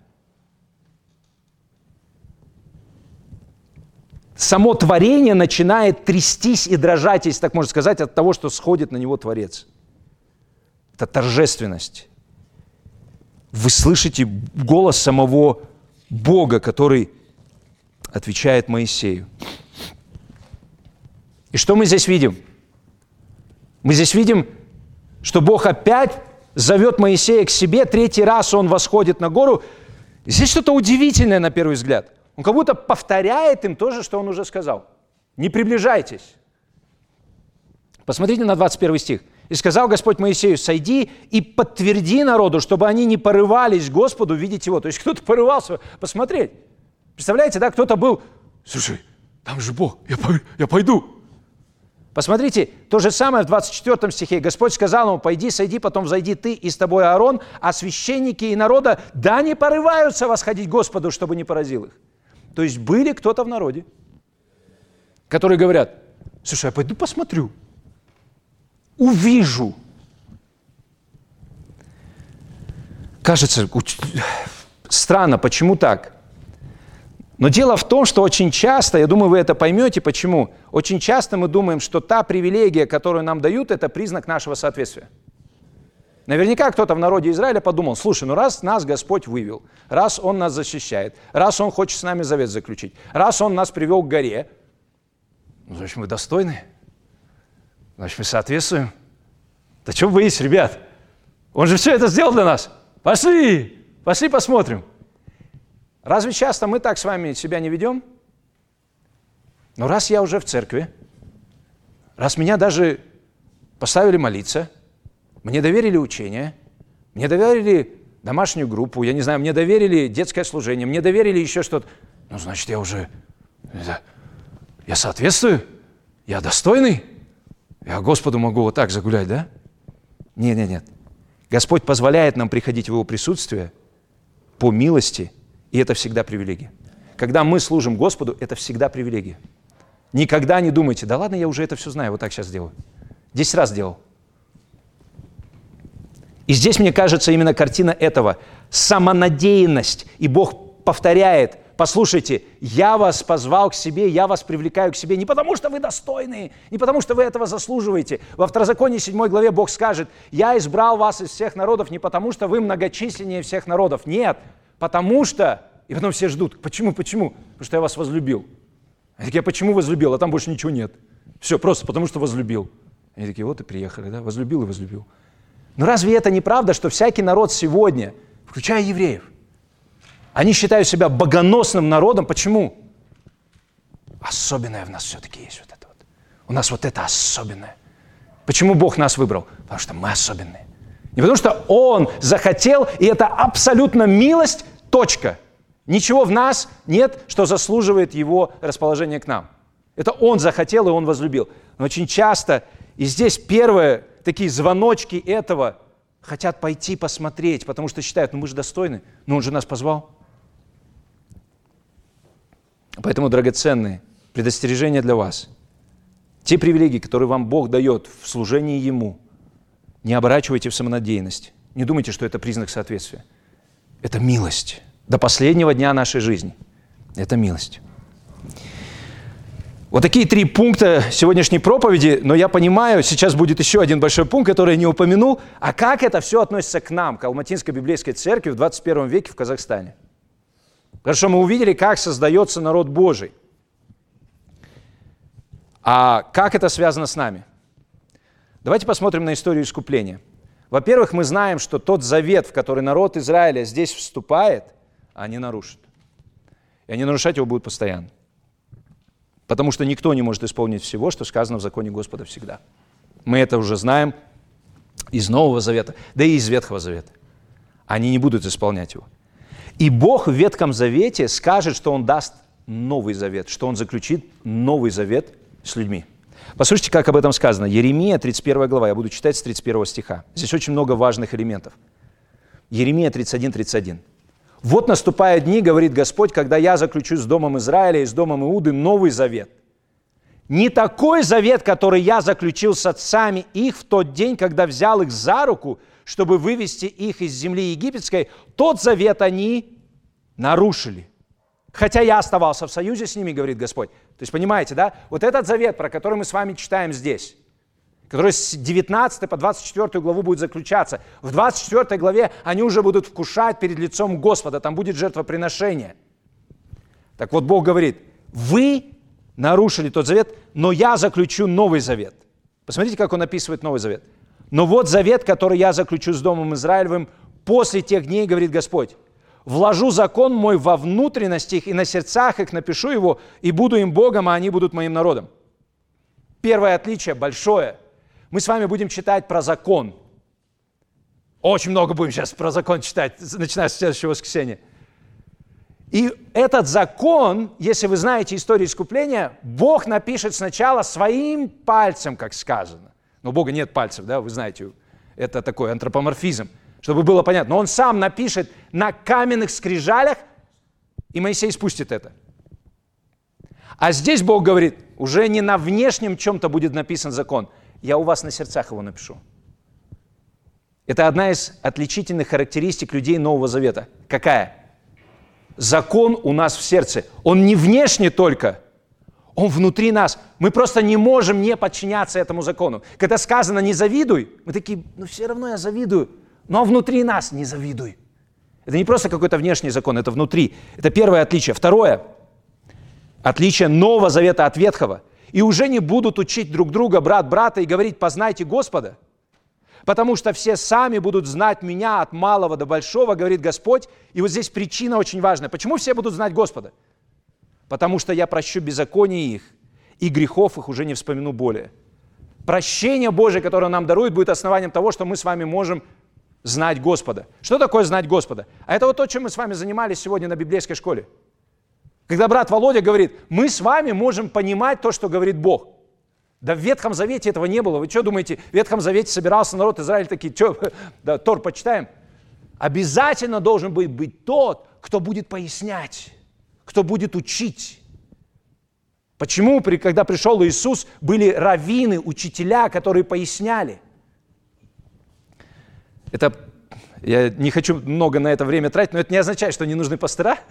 Само творение начинает трястись и дрожать, если так можно сказать, от того, что сходит на него Творец. Это торжественность. Вы слышите голос самого Бога, который отвечает Моисею. И что мы здесь видим? Мы здесь видим, что Бог опять зовет Моисея к себе, 3-й раз он восходит на гору. Здесь что-то удивительное на первый взгляд. Он как будто повторяет им то же, что он уже сказал. Не приближайтесь. Посмотрите на 21 стих. «И сказал Господь Моисею: сойди и подтверди народу, чтобы они не порывались к Господу видеть его». То есть кто-то порывался посмотреть. Представляете, да, кто-то был: слушай, там же Бог, я пойду. Посмотрите, то же самое в 24 стихе. Господь сказал ему: пойди, сойди, потом взойди ты и с тобой Аарон, а священники и народа да не порываются восходить к Господу, чтобы не поразил их. То есть были кто-то в народе, которые говорят: слушай, я пойду посмотрю, увижу. Кажется, странно, почему так? Но дело в том, что очень часто, я думаю, вы это поймете, почему. Очень часто мы думаем, что та привилегия, которую нам дают, это признак нашего соответствия. Наверняка кто-то в народе Израиля подумал, слушай, ну раз нас Господь вывел, раз Он нас защищает, раз Он хочет с нами завет заключить, раз Он нас привел к горе, ну, значит, мы достойны, значит, мы соответствуем. Да что вы боитесь, ребят? Он же все это сделал для нас. Пошли посмотрим. Разве часто мы так с вами себя не ведем? Но раз я уже в церкви, раз меня даже поставили молиться, мне доверили учение, мне доверили домашнюю группу, я не знаю, мне доверили детское служение, мне доверили еще что-то, ну, значит, я соответствую, я достойный, я Господу могу вот так загулять, да? Нет. Господь позволяет нам приходить в Его присутствие по милости, и это всегда привилегия. Когда мы служим Господу, это всегда привилегия. Никогда не думайте, да ладно, я уже это все знаю, вот так сейчас делаю. 10 раз делал. И здесь, мне кажется, именно картина этого. Самонадеянность. И Бог повторяет, послушайте, я вас позвал к себе, я вас привлекаю к себе не потому, что вы достойные, не потому, что вы этого заслуживаете. Во Второзаконии 7 главе Бог скажет, я избрал вас из всех народов не потому, что вы многочисленнее всех народов. Нет, потому что... И потом все ждут. Почему? Потому что я вас возлюбил. Они такие, почему возлюбил? А там больше ничего нет. Все, просто потому что возлюбил. Они такие, вот и приехали, да? Возлюбил и возлюбил. Но разве это не правда, что всякий народ сегодня, включая евреев, они считают себя богоносным народом? Почему? Особенное в нас все-таки есть вот это вот. У нас вот это особенное. Почему Бог нас выбрал? Потому что мы особенные. Не потому что Он захотел, и это абсолютно милость, точка. Ничего в нас нет, что заслуживает Его расположения к нам. Это Он захотел, и Он возлюбил. Но очень часто, и здесь первые такие звоночки этого, хотят пойти посмотреть, потому что считают, ну мы же достойны, но Он же нас позвал. Поэтому, драгоценные, предостережение для вас. Те привилегии, которые вам Бог дает в служении Ему, не оборачивайте в самонадеянность. Не думайте, что это признак соответствия. Это милость. До последнего дня нашей жизни. Это милость. Вот такие 3 пункта сегодняшней проповеди, но я понимаю, сейчас будет еще один большой пункт, который я не упомянул. А как это все относится к нам, к Алматинской библейской церкви в 21 веке в Казахстане? Хорошо, мы увидели, как создается народ Божий. А как это связано с нами? Давайте посмотрим на историю искупления. Во-первых, мы знаем, что тот завет, в который народ Израиля здесь вступает, они нарушат. И они нарушать его будут постоянно. Потому что никто не может исполнить всего, что сказано в законе Господа всегда. Мы это уже знаем из Нового Завета, да и из Ветхого Завета. Они не будут исполнять его. И Бог в Ветхом Завете скажет, что Он даст новый завет, что Он заключит новый завет с людьми. Послушайте, как об этом сказано. Еремия, 31 глава, я буду читать с 31 стиха. Здесь очень много важных элементов. Еремия 31:31. «Вот наступают дни, говорит Господь, когда я заключу с домом Израиля и с домом Иуды новый завет. Не такой завет, который я заключил с отцами их в тот день, когда взял их за руку, чтобы вывести их из земли египетской. Тот завет они нарушили. Хотя я оставался в союзе с ними, говорит Господь». То есть, понимаете, да? Вот этот завет, про который мы с вами читаем здесь, который с 19 по 24 главу будет заключаться. В 24 главе они уже будут вкушать перед лицом Господа, там будет жертвоприношение. Так вот, Бог говорит, вы нарушили тот завет, но я заключу новый завет. Посмотрите, как Он описывает новый завет. Но вот завет, который я заключу с домом Израилевым после тех дней, говорит Господь. Вложу закон мой во внутренности их и на сердцах их напишу его, и буду им Богом, а они будут моим народом. Первое отличие большое. Мы с вами будем читать про закон. Очень много будем сейчас про закон читать, начиная с следующего воскресенья. И этот закон, если вы знаете историю искупления, Бог напишет сначала своим пальцем, как сказано. Но у Бога нет пальцев, да, вы знаете, это такой антропоморфизм, чтобы было понятно. Но Он сам напишет на каменных скрижалях, и Моисей спустит это. А здесь Бог говорит, уже не на внешнем чем-то будет написан закон, я у вас на сердцах его напишу. Это одна из отличительных характеристик людей Нового Завета. Какая? Закон у нас в сердце. Он не внешне только, он внутри нас. Мы просто не можем не подчиняться этому закону. Когда сказано «не завидуй», мы такие, все равно я завидую. Но внутри нас не завидуй. Это не просто какой-то внешний закон, это внутри. Это первое отличие. Второе отличие Нового Завета от Ветхого. И уже не будут учить друг друга, брат брата, и говорить «познайте Господа». Потому что все сами будут знать меня от малого до большого, говорит Господь. И вот здесь причина очень важная. Почему все будут знать Господа? Потому что я прощу беззаконие их, и грехов их уже не вспомину более. Прощение Божие, которое нам дарует, будет основанием того, что мы с вами можем знать Господа. Что такое знать Господа? А это вот то, чем мы с вами занимались сегодня на библейской школе. Когда брат Володя говорит, мы с вами можем понимать то, что говорит Бог. Да в Ветхом Завете этого не было. Вы что думаете, в Ветхом Завете собирался народ Израиля такие, что, да, Тор почитаем? Обязательно должен быть тот, кто будет пояснять, кто будет учить. Почему, когда пришел Иисус, были раввины, учителя, которые поясняли? Это, я не хочу много на это время тратить, но это не означает, что не нужны пастыра.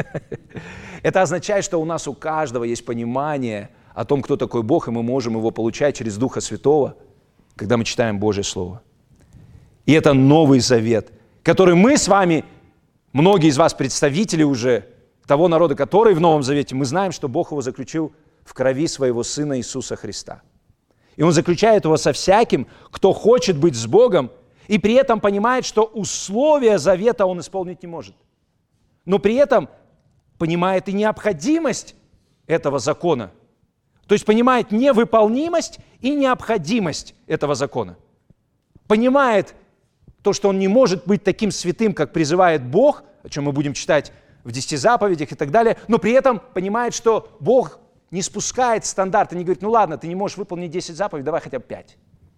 Это означает, что у каждого есть понимание о том, кто такой Бог, и мы можем его получать через Духа Святого, когда мы читаем Божье Слово. И это Новый Завет, который мы с вами, многие из вас представители уже того народа, который в Новом Завете, мы знаем, что Бог его заключил в крови своего Сына Иисуса Христа. И Он заключает его со всяким, кто хочет быть с Богом, и при этом понимает, что условия завета он исполнить не может. Но при этом понимает и необходимость этого закона. То есть понимает невыполнимость и необходимость этого закона. Понимает то, что он не может быть таким святым, как призывает Бог, о чем мы будем читать в 10 заповедях и так далее, но при этом понимает, что Бог не спускает стандарты, не говорит, ну ладно, ты не можешь выполнить 10 заповедей, давай хотя бы 5.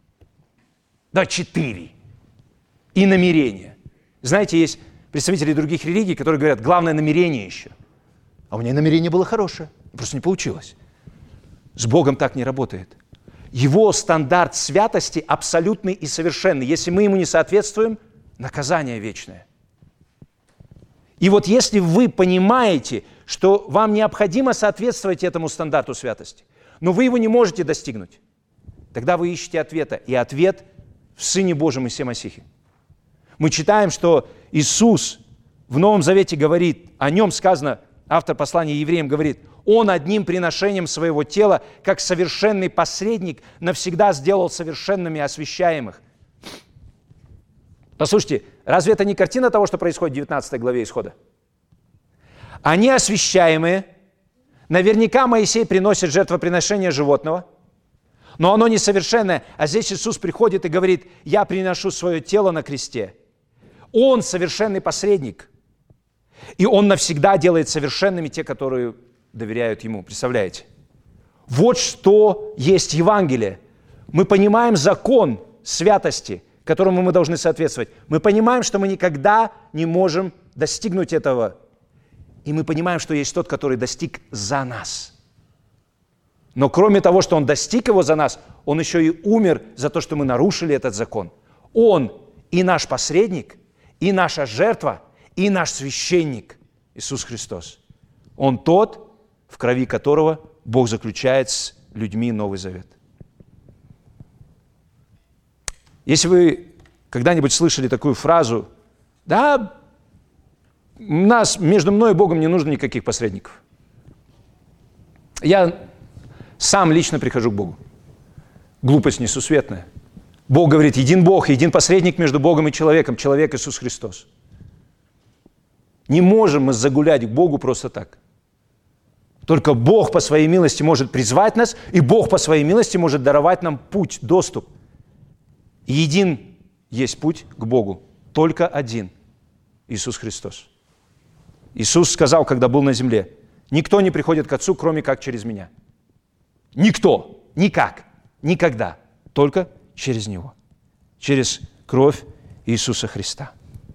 Да 4. И намерение. Знаете, есть представители других религий, которые говорят, главное намерение еще. А у меня намерение было хорошее, просто не получилось. С Богом так не работает. Его стандарт святости абсолютный и совершенный. Если мы ему не соответствуем, наказание вечное. И вот если вы понимаете, что вам необходимо соответствовать этому стандарту святости, но вы его не можете достигнуть, тогда вы ищете ответа. И ответ в Сыне Божьем Иисусе Масихе. Мы читаем, что Иисус в Новом Завете говорит, о нем сказано, автор послания евреям говорит, Он одним приношением своего тела, как совершенный посредник, навсегда сделал совершенными освящаемых. Послушайте, разве это не картина того, что происходит в 19 главе Исхода? Они освящаемые, наверняка Моисей приносит жертвоприношение животного, но оно несовершенное, а здесь Иисус приходит и говорит, я приношу свое тело на кресте. Он совершенный посредник, и Он навсегда делает совершенными те, которые доверяют Ему. Представляете? Вот что есть Евангелие. Мы понимаем закон святости, которому мы должны соответствовать. Мы понимаем, что мы никогда не можем достигнуть этого. И мы понимаем, что есть тот, который достиг за нас. Но кроме того, что Он достиг его за нас, Он еще и умер за то, что мы нарушили этот закон. Он и наш посредник, и наша жертва, и наш священник Иисус Христос. Он тот, в крови которого Бог заключает с людьми Новый Завет. Если вы когда-нибудь слышали такую фразу, да, между мной и Богом не нужно никаких посредников. Я сам лично прихожу к Богу. Глупость несусветная. Бог говорит, един Бог, един посредник между Богом и человеком, человек Иисус Христос. Не можем мы загулять к Богу просто так. Только Бог по своей милости может призвать нас, и Бог по своей милости может даровать нам путь, доступ. И един есть путь к Богу, только один – Иисус Христос. Иисус сказал, когда был на земле, никто не приходит к Отцу, кроме как через Меня. Никто, никак, никогда, только через Него, через кровь Иисуса Христа.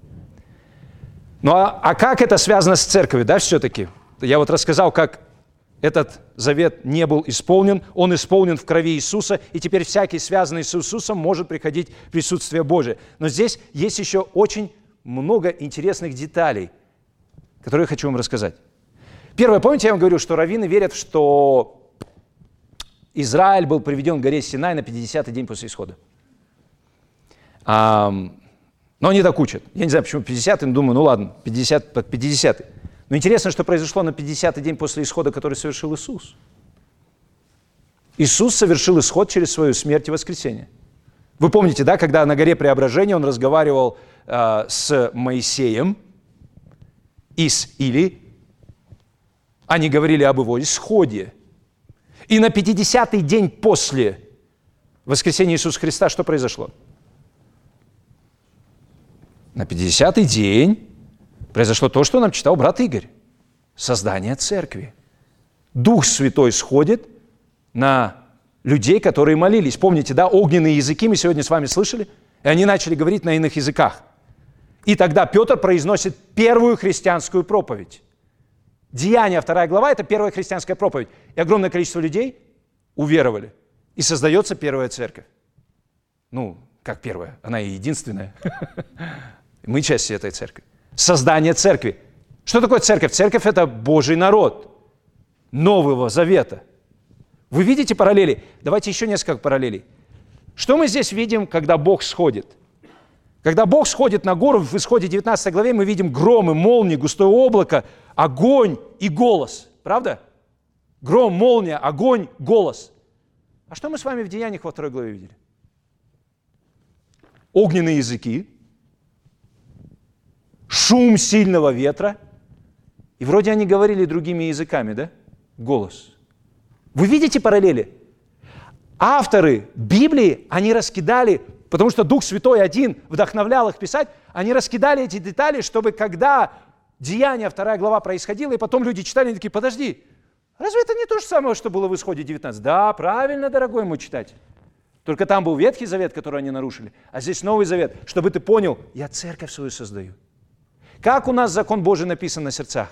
Ну а как это связано с церковью, да, все-таки? Я вот рассказал, как этот завет не был исполнен, он исполнен в крови Иисуса, и теперь всякий, связанный с Иисусом, может приходить в присутствие Божие. Но здесь есть еще очень много интересных деталей, которые я хочу вам рассказать. Первое, помните, я вам говорю, что раввины верят, что Израиль был приведен к горе Синай на 50-й день после исхода. Но они так учат. Я не знаю, почему 50-й, но думаю, ну ладно, 50-й. Но интересно, что произошло на 50-й день после исхода, который совершил Иисус. Иисус совершил исход через свою смерть и воскресение. Вы помните, да, когда на горе Преображения он разговаривал с Моисеем и с Илией, они говорили об его исходе. И на 50-й день после воскресения Иисуса Христа что произошло? На 50-й день произошло то, что нам читал брат Игорь. Создание церкви. Дух Святой сходит на людей, которые молились. Помните, да, огненные языки мы сегодня с вами слышали? И они начали говорить на иных языках. И тогда Петр произносит первую христианскую проповедь. Деяния, 2 глава, это первая христианская проповедь. И огромное количество людей уверовали. И создается первая церковь. Ну, как первая? Она и единственная. Мы часть этой церкви. Создание церкви. Что такое церковь? Церковь – это Божий народ Нового Завета. Вы видите параллели? Давайте еще несколько параллелей. Что мы здесь видим, когда Бог сходит? Когда Бог сходит на гору, в Исходе 19 главе мы видим громы, молнии, густое облако, огонь и голос. Правда? Гром, молния, огонь, голос. А что мы с вами в Деяниях во 2 главе видели? Огненные языки, шум сильного ветра, и вроде они говорили другими языками, да? Голос. Вы видите параллели? Авторы Библии, они раскидали, потому что Дух Святой один вдохновлял их писать, они раскидали эти детали, чтобы когда Деяния 2 глава происходило, и потом люди читали, они такие, подожди, разве это не то же самое, что было в Исходе 19? Да, правильно, дорогой мой читатель. Только там был Ветхий Завет, который они нарушили, а здесь Новый Завет, чтобы ты понял, я церковь свою создаю. Как у нас закон Божий написан на сердцах?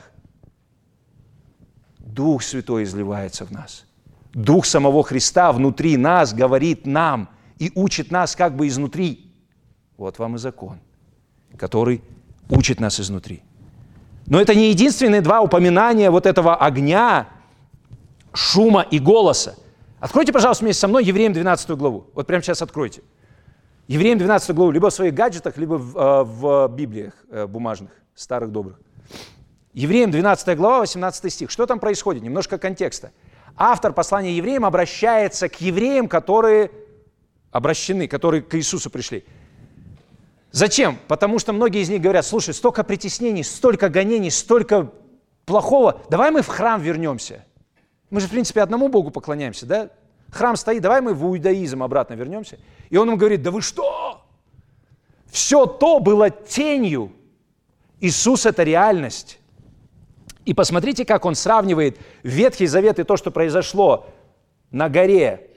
Дух Святой изливается в нас. Дух самого Христа внутри нас говорит нам и учит нас как бы изнутри. Вот вам и закон, который учит нас изнутри. Но это не единственные два упоминания вот этого огня, шума и голоса. Откройте, пожалуйста, вместе со мной Евреям 12 главу. Вот прямо сейчас откройте. Евреям 12 главу, либо в своих гаджетах, либо в Библиях бумажных, старых добрых. Евреям 12 глава, 18 стих. Что там происходит? Немножко контекста. Автор послания евреям обращается к евреям, которые обращены, которые к Иисусу пришли. Зачем? Потому что многие из них говорят, слушай, столько притеснений, столько гонений, столько плохого, давай мы в храм вернемся. Мы же, в принципе, одному Богу поклоняемся, да? Храм стоит, давай мы в иудаизм обратно вернемся. И он им говорит, да вы что? Все то было тенью. Иисус – это реальность. И посмотрите, как он сравнивает Ветхий Завет и то, что произошло на горе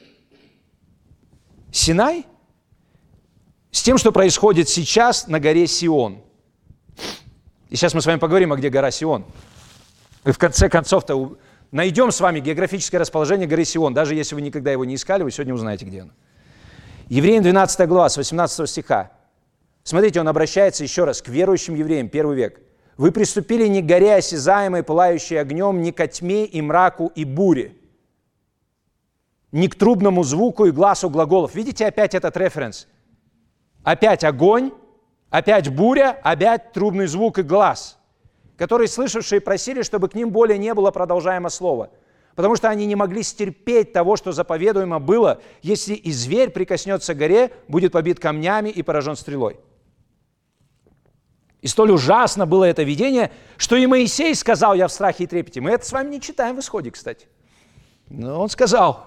Синай, с тем, что происходит сейчас на горе Сион. И сейчас мы с вами поговорим, а где гора Сион. И в конце концов-то найдем с вами географическое расположение горы Сион. Даже если вы никогда его не искали, вы сегодня узнаете, где оно. Евреям 12 глава, с 18 стиха. Смотрите, он обращается еще раз к верующим евреям, 1 век. «Вы приступили не к горе осязаемой, пылающей огнем, не ко тьме и мраку и буре, не к трубному звуку и гласу глаголов». Видите опять этот референс? Опять огонь, опять буря, опять трубный звук и глас, которые слышавшие просили, чтобы к ним более не было продолжаемо слова, потому что они не могли стерпеть того, что заповедуемо было, если и зверь прикоснется к горе, будет побит камнями и поражен стрелой. И столь ужасно было это видение, что и Моисей сказал, я в страхе и трепете. Мы это с вами не читаем в Исходе, кстати. Но он сказал.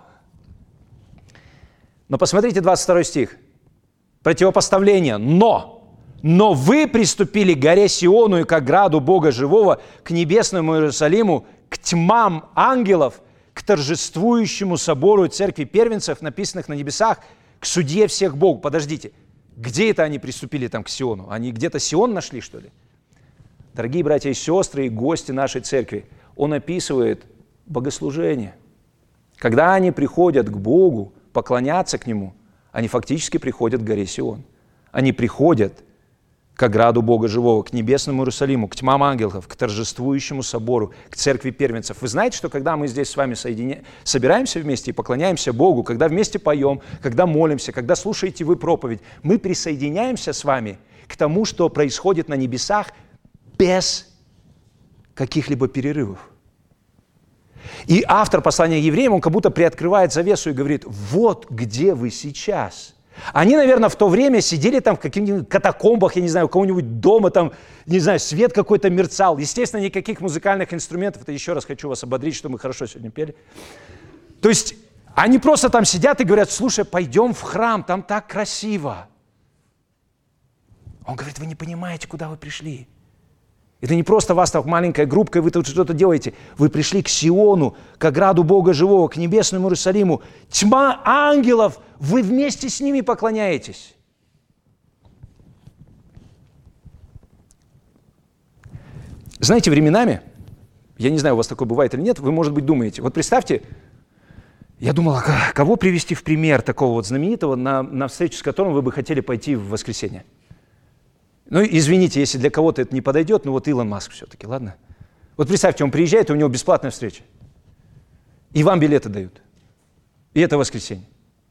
Но посмотрите 22 стих. Противопоставление. Но вы приступили к горе Сиону и к ограду Бога живого, к небесному Иерусалиму, к тьмам ангелов, к торжествующему собору церкви первенцев, написанных на небесах, к судье всех Богу. Подождите. Где это они приступили там к Сиону? Они где-то Сион нашли, что ли? Дорогие братья и сестры и гости нашей церкви, он описывает богослужение. Когда они приходят к Богу, поклоняться к Нему, они фактически приходят к горе Сион. Они приходят к ограду Бога Живого, к небесному Иерусалиму, к тьмам ангелов, к торжествующему собору, к церкви первенцев. Вы знаете, что когда мы здесь с вами собираемся вместе и поклоняемся Богу, когда вместе поем, когда молимся, когда слушаете вы проповедь, мы присоединяемся с вами к тому, что происходит на небесах без каких-либо перерывов. И автор послания евреям, он как будто приоткрывает завесу и говорит: вот где вы сейчас. Они, наверное, в то время сидели там в каких-нибудь катакомбах, я не знаю, у кого-нибудь дома, там, не знаю, свет какой-то мерцал. Естественно, никаких музыкальных инструментов. Это еще раз хочу вас ободрить, что мы хорошо сегодня пели. То есть они просто там сидят и говорят: слушай, пойдем в храм, там так красиво. Он говорит: вы не понимаете, куда вы пришли. Это не просто вас там маленькая группка, и вы тут что-то делаете. Вы пришли к Сиону, к ограду Бога Живого, к небесному Иерусалиму. Тьма ангелов, вы вместе с ними поклоняетесь. Знаете, временами, я не знаю, у вас такое бывает или нет, вы, может быть, думаете, вот представьте, я думал, кого привести в пример такого вот знаменитого, на встречу с которым вы бы хотели пойти в воскресенье. Ну, извините, если для кого-то это не подойдет, но вот Илон Маск все-таки, ладно? Вот представьте, он приезжает, и у него бесплатная встреча. И вам билеты дают. И это воскресенье.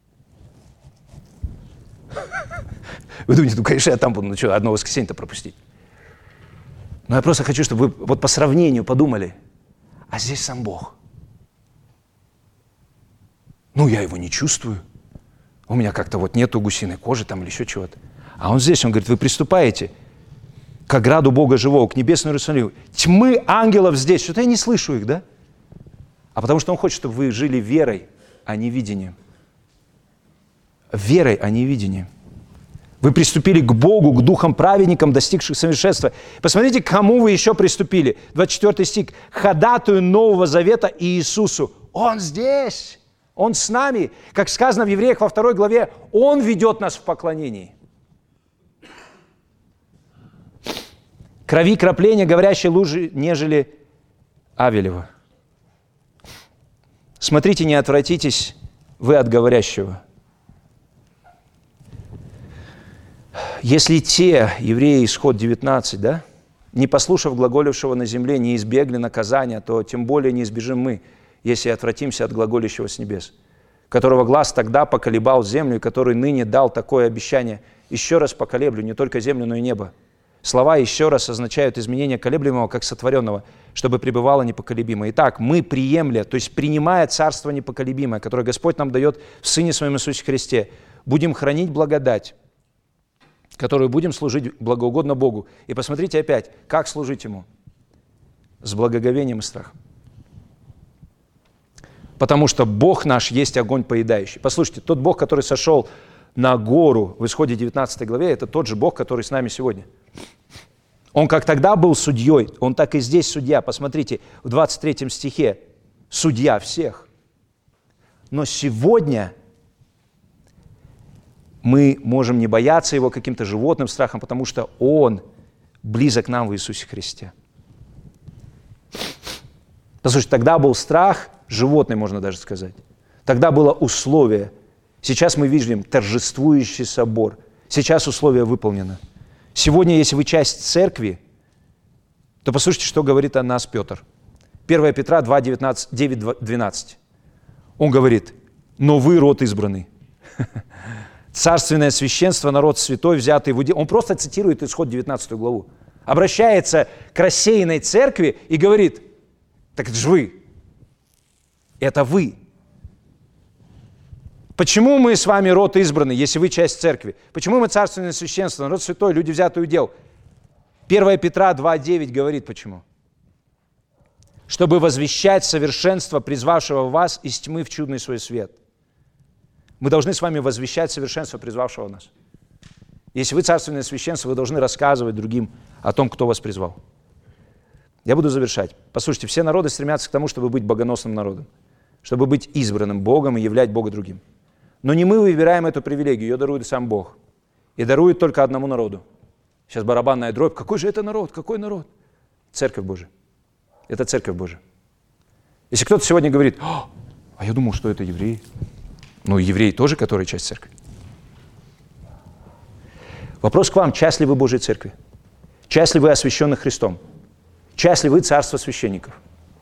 Вы думаете, ну, конечно, я там буду, ну что, одно воскресенье-то пропустить. Но я просто хочу, чтобы вы вот по сравнению подумали, а здесь сам Бог. Ну, я его не чувствую. У меня как-то вот нету гусиной кожи там или еще чего-то. А он здесь, он говорит: вы приступаете к ограду Бога Живого, к небесному Иерусалиму. Тьмы ангелов здесь. Что-то я не слышу их, да? А потому что он хочет, чтобы вы жили верой, а не видением. Верой, а не видением. Вы приступили к Богу, к духам праведникам, достигших совершенства. Посмотрите, к кому вы еще приступили. 24 стих. Ходатаю Нового Завета Иисусу. Он здесь. Он с нами. Как сказано в Евреях во 2 главе, Он ведет нас в поклонении. Крови крапления, говорящей лужи, нежели Авелева. Смотрите, не отвратитесь вы от говорящего. Если те, евреи, исход 19, да, не послушав глаголившего на земле, не избегли наказания, то тем более не избежим мы, если отвратимся от глаголящего с небес, которого глаз тогда поколебал землю, и который ныне дал такое обещание: еще раз поколеблю не только землю, но и небо. Слова «еще раз» означают изменение колеблемого как сотворенного, чтобы пребывало непоколебимое. Итак, мы приемля, то есть принимая царство непоколебимое, которое Господь нам дает в Сыне Своем Иисусе Христе, будем хранить благодать, которую будем служить благоугодно Богу. И посмотрите опять, как служить Ему? С благоговением и страхом. Потому что Бог наш есть огонь поедающий. Послушайте, тот Бог, который сошел на гору в Исходе 19 главе, это тот же Бог, который с нами сегодня. Он как тогда был судьей, Он так и здесь судья. Посмотрите, в 23 стихе судья всех. Но сегодня мы можем не бояться Его каким-то животным страхом, потому что Он близок к нам в Иисусе Христе. Послушайте, тогда был страх, животный, можно даже сказать. Тогда было условие. Сейчас мы видим торжествующий собор. Сейчас условие выполнено. Сегодня, если вы часть церкви, то послушайте, что говорит о нас Петр. 1 Петра 2, 9-12. Он говорит: но вы род избранный, царственное священство, народ святой, взятый в удел. Он просто цитирует Исход 19 главу. Обращается к рассеянной церкви и говорит: так это же вы. Это вы. Почему мы с вами род избранный, если вы часть церкви? Почему мы царственное священство, народ святой, люди, взятые в удел? 1 Петра 2,9 говорит почему. Чтобы возвещать совершенство, призвавшего вас из тьмы в чудный свой свет. Мы должны с вами возвещать совершенство, призвавшего нас. Если вы царственное священство, вы должны рассказывать другим о том, кто вас призвал. Я буду завершать. Послушайте, все народы стремятся к тому, чтобы быть богоносным народом, чтобы быть избранным Богом и являть Бога другим. Но не мы выбираем эту привилегию, ее дарует сам Бог. И дарует только одному народу. Сейчас барабанная дробь. Какой же это народ? Какой народ? Церковь Божия. Это Церковь Божия. Если кто-то сегодня говорит, а я думал, что это евреи. Ну, евреи тоже, которые часть церкви. Вопрос к вам, часть ли вы Божьей церкви? Часть ли вы освященных Христом? Часть ли вы царства священников?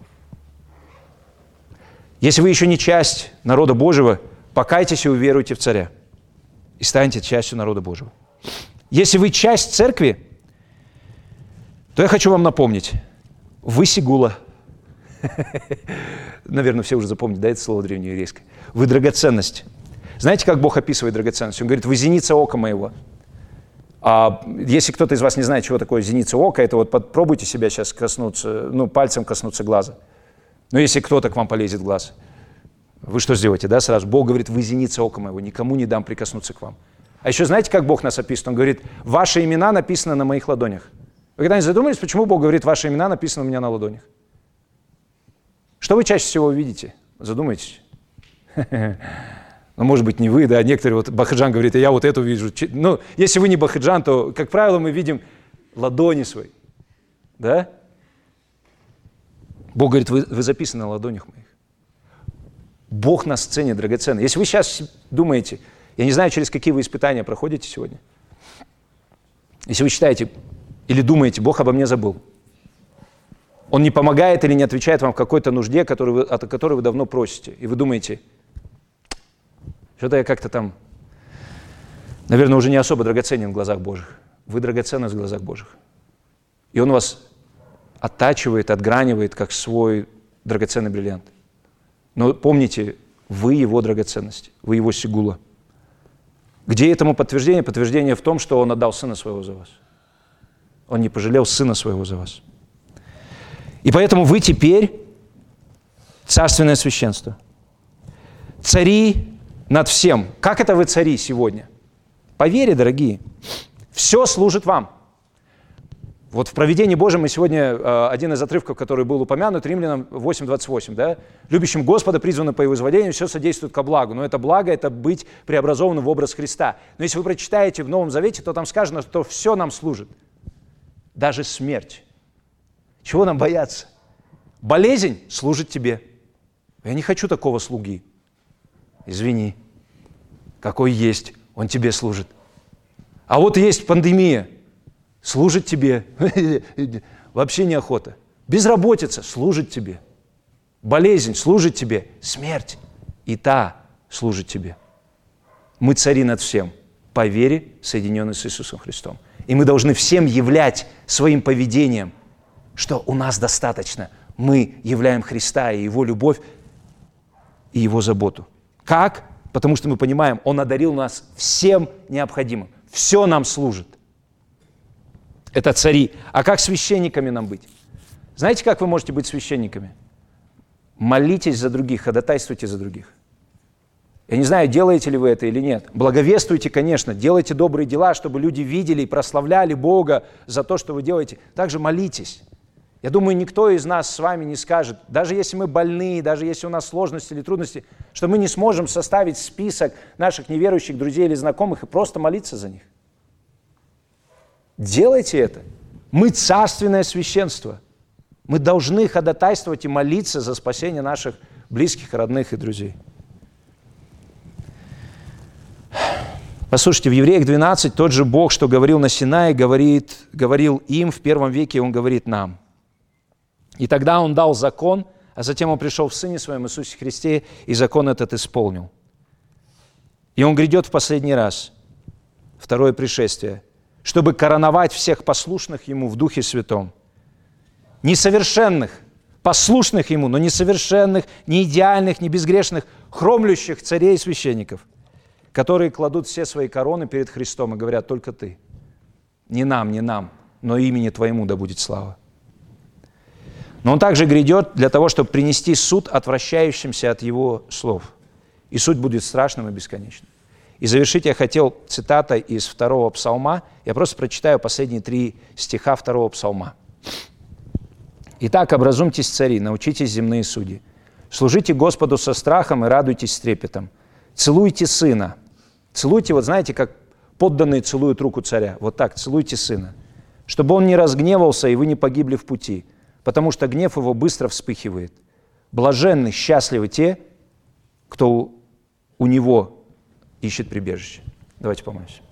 Если вы еще не часть народа Божьего, покайтесь и уверуйте в царя. И станьте частью народа Божьего. Если вы часть церкви, то я хочу вам напомнить, вы сигула. Наверное, все уже запомнили, да, это слово древнееврейское. Вы драгоценность. Знаете, как Бог описывает драгоценность? Он говорит, вы зеница ока моего. А если кто-то из вас не знает, чего такое зеница ока, это вот попробуйте себя сейчас коснуться, пальцем коснуться глаза. Но если кто-то к вам полезет в глаз, вы что сделаете, да, сразу? Бог говорит, вы зеница ока моего, никому не дам прикоснуться к вам. А еще знаете, как Бог нас описывает? Он говорит, ваши имена написаны на моих ладонях. Вы когда-нибудь задумались, почему Бог говорит, ваши имена написаны у меня на ладонях? Что вы чаще всего видите? Задумайтесь. Ну, может быть, не вы, да, некоторые, вот Бахаджан говорит, я вот эту вижу. Ну, если вы не Бахаджан, то, как правило, мы видим ладони свои, да? Бог говорит, вы записаны на ладонях моих. Бог на сцене драгоценный. Если вы сейчас думаете, я не знаю, через какие вы испытания проходите сегодня, если вы считаете или думаете, Бог обо мне забыл, Он не помогает или не отвечает вам в какой-то нужде, о которой вы давно просите, и вы думаете, что-то я как-то там, наверное, уже не особо драгоценен в глазах Божьих. Вы драгоценны в глазах Божьих. И Он вас оттачивает, отгранивает, как свой драгоценный бриллиант. Но помните, вы Его драгоценность, вы Его сигула. Где этому подтверждение? Подтверждение в том, что Он отдал Сына Своего за вас. Он не пожалел Сына Своего за вас. И поэтому вы теперь царственное священство. Цари над всем. Как это вы цари сегодня? По вере, дорогие. Все служит вам. Вот в провидении Божьем мы сегодня, один из отрывков, который был упомянут, Римлянам 8:28, да? «Любящим Господа, призванным по Его изволению, все содействует ко благу». Но это благо, это быть преобразованным в образ Христа. Но если вы прочитаете в Новом Завете, то там сказано, что все нам служит. Даже смерть. Чего нам бояться? Болезнь служит тебе. Я не хочу такого слуги. Извини. Какой есть, он тебе служит. А вот есть пандемия. Служит тебе. Вообще неохота. Безработица служит тебе. Болезнь служит тебе. Смерть и та служит тебе. Мы цари над всем, по вере, соединенные с Иисусом Христом. И мы должны всем являть своим поведением, что у нас достаточно. Мы являем Христа и Его любовь, и Его заботу. Как? Потому что мы понимаем, Он одарил нас всем необходимым. Все нам служит. Это цари. А как священниками нам быть? Знаете, как вы можете быть священниками? Молитесь за других, ходатайствуйте за других. Я не знаю, делаете ли вы это или нет. Благовествуйте, конечно, делайте добрые дела, чтобы люди видели и прославляли Бога за то, что вы делаете. Также молитесь. Я думаю, никто из нас с вами не скажет, даже если мы больны, даже если у нас сложности или трудности, что мы не сможем составить список наших неверующих друзей или знакомых и просто молиться за них. Делайте это. Мы царственное священство. Мы должны ходатайствовать и молиться за спасение наших близких, родных и друзей. Послушайте, в Евреях 12 тот же Бог, что говорил на Синае, говорил им в первом веке, Он говорит нам. И тогда Он дал закон, а затем Он пришел в Сыне Своем Иисусе Христе, и закон этот исполнил. И Он грядет в последний раз, второе пришествие, чтобы короновать всех послушных Ему в Духе Святом. Несовершенных, послушных Ему, но несовершенных, не идеальных, не безгрешных, хромлющих царей и священников, которые кладут все свои короны перед Христом и говорят, только Ты. Не нам, но имени Твоему да будет слава. Но Он также грядет для того, чтобы принести суд отвращающимся от Его слов. И суд будет страшным и бесконечным. И завершить я хотел цитатой из 2-го псалма. Я просто прочитаю последние 3 стиха 2-го псалма. «Итак, образумьтесь, цари, научитесь, земные судьи. Служите Господу со страхом и радуйтесь с трепетом. Целуйте сына». Целуйте, вот знаете, как подданные целуют руку царя. Вот так, целуйте сына. «Чтобы он не разгневался, и вы не погибли в пути, потому что гнев его быстро вспыхивает. Блаженны, счастливы те, кто у Него ищет прибежище. Давайте помолимся.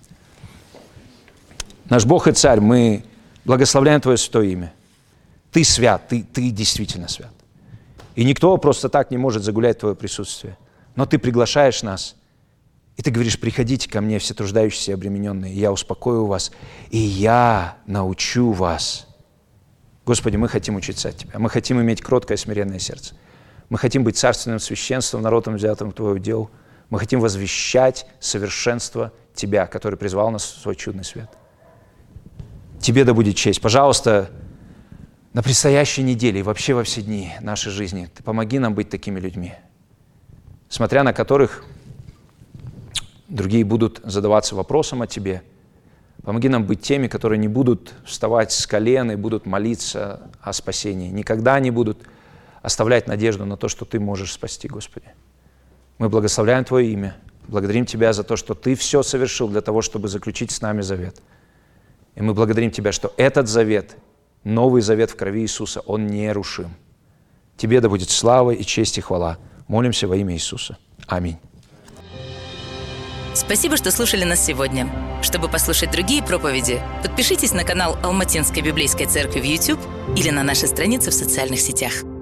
Наш Бог и Царь, мы благословляем Твое святое имя. Ты свят, Ты действительно свят. И никто просто так не может загулять Твое присутствие. Но Ты приглашаешь нас, и Ты говоришь: приходите ко мне, все труждающиеся и обремененные, и я успокою вас, и я научу вас. Господи, мы хотим учиться от Тебя, мы хотим иметь кроткое, смиренное сердце. Мы хотим быть царственным священством, народом, взятым в Твое удел. Мы хотим возвещать совершенство Тебя, который призвал нас в свой чудный свет. Тебе да будет честь. Пожалуйста, на предстоящей неделе и вообще во все дни нашей жизни Ты помоги нам быть такими людьми, смотря на которых другие будут задаваться вопросом о Тебе. Помоги нам быть теми, которые не будут вставать с колен и будут молиться о спасении. Никогда не будут оставлять надежду на то, что Ты можешь спасти, Господи. Мы благословляем Твое имя, благодарим Тебя за то, что Ты все совершил для того, чтобы заключить с нами завет. И мы благодарим Тебя, что этот завет, новый завет в крови Иисуса, он нерушим. Тебе да будет слава и честь и хвала. Молимся во имя Иисуса. Аминь. Спасибо, что слушали нас сегодня. Чтобы послушать другие проповеди, подпишитесь на канал Алматинской библейской церкви в YouTube или на наши страницы в социальных сетях.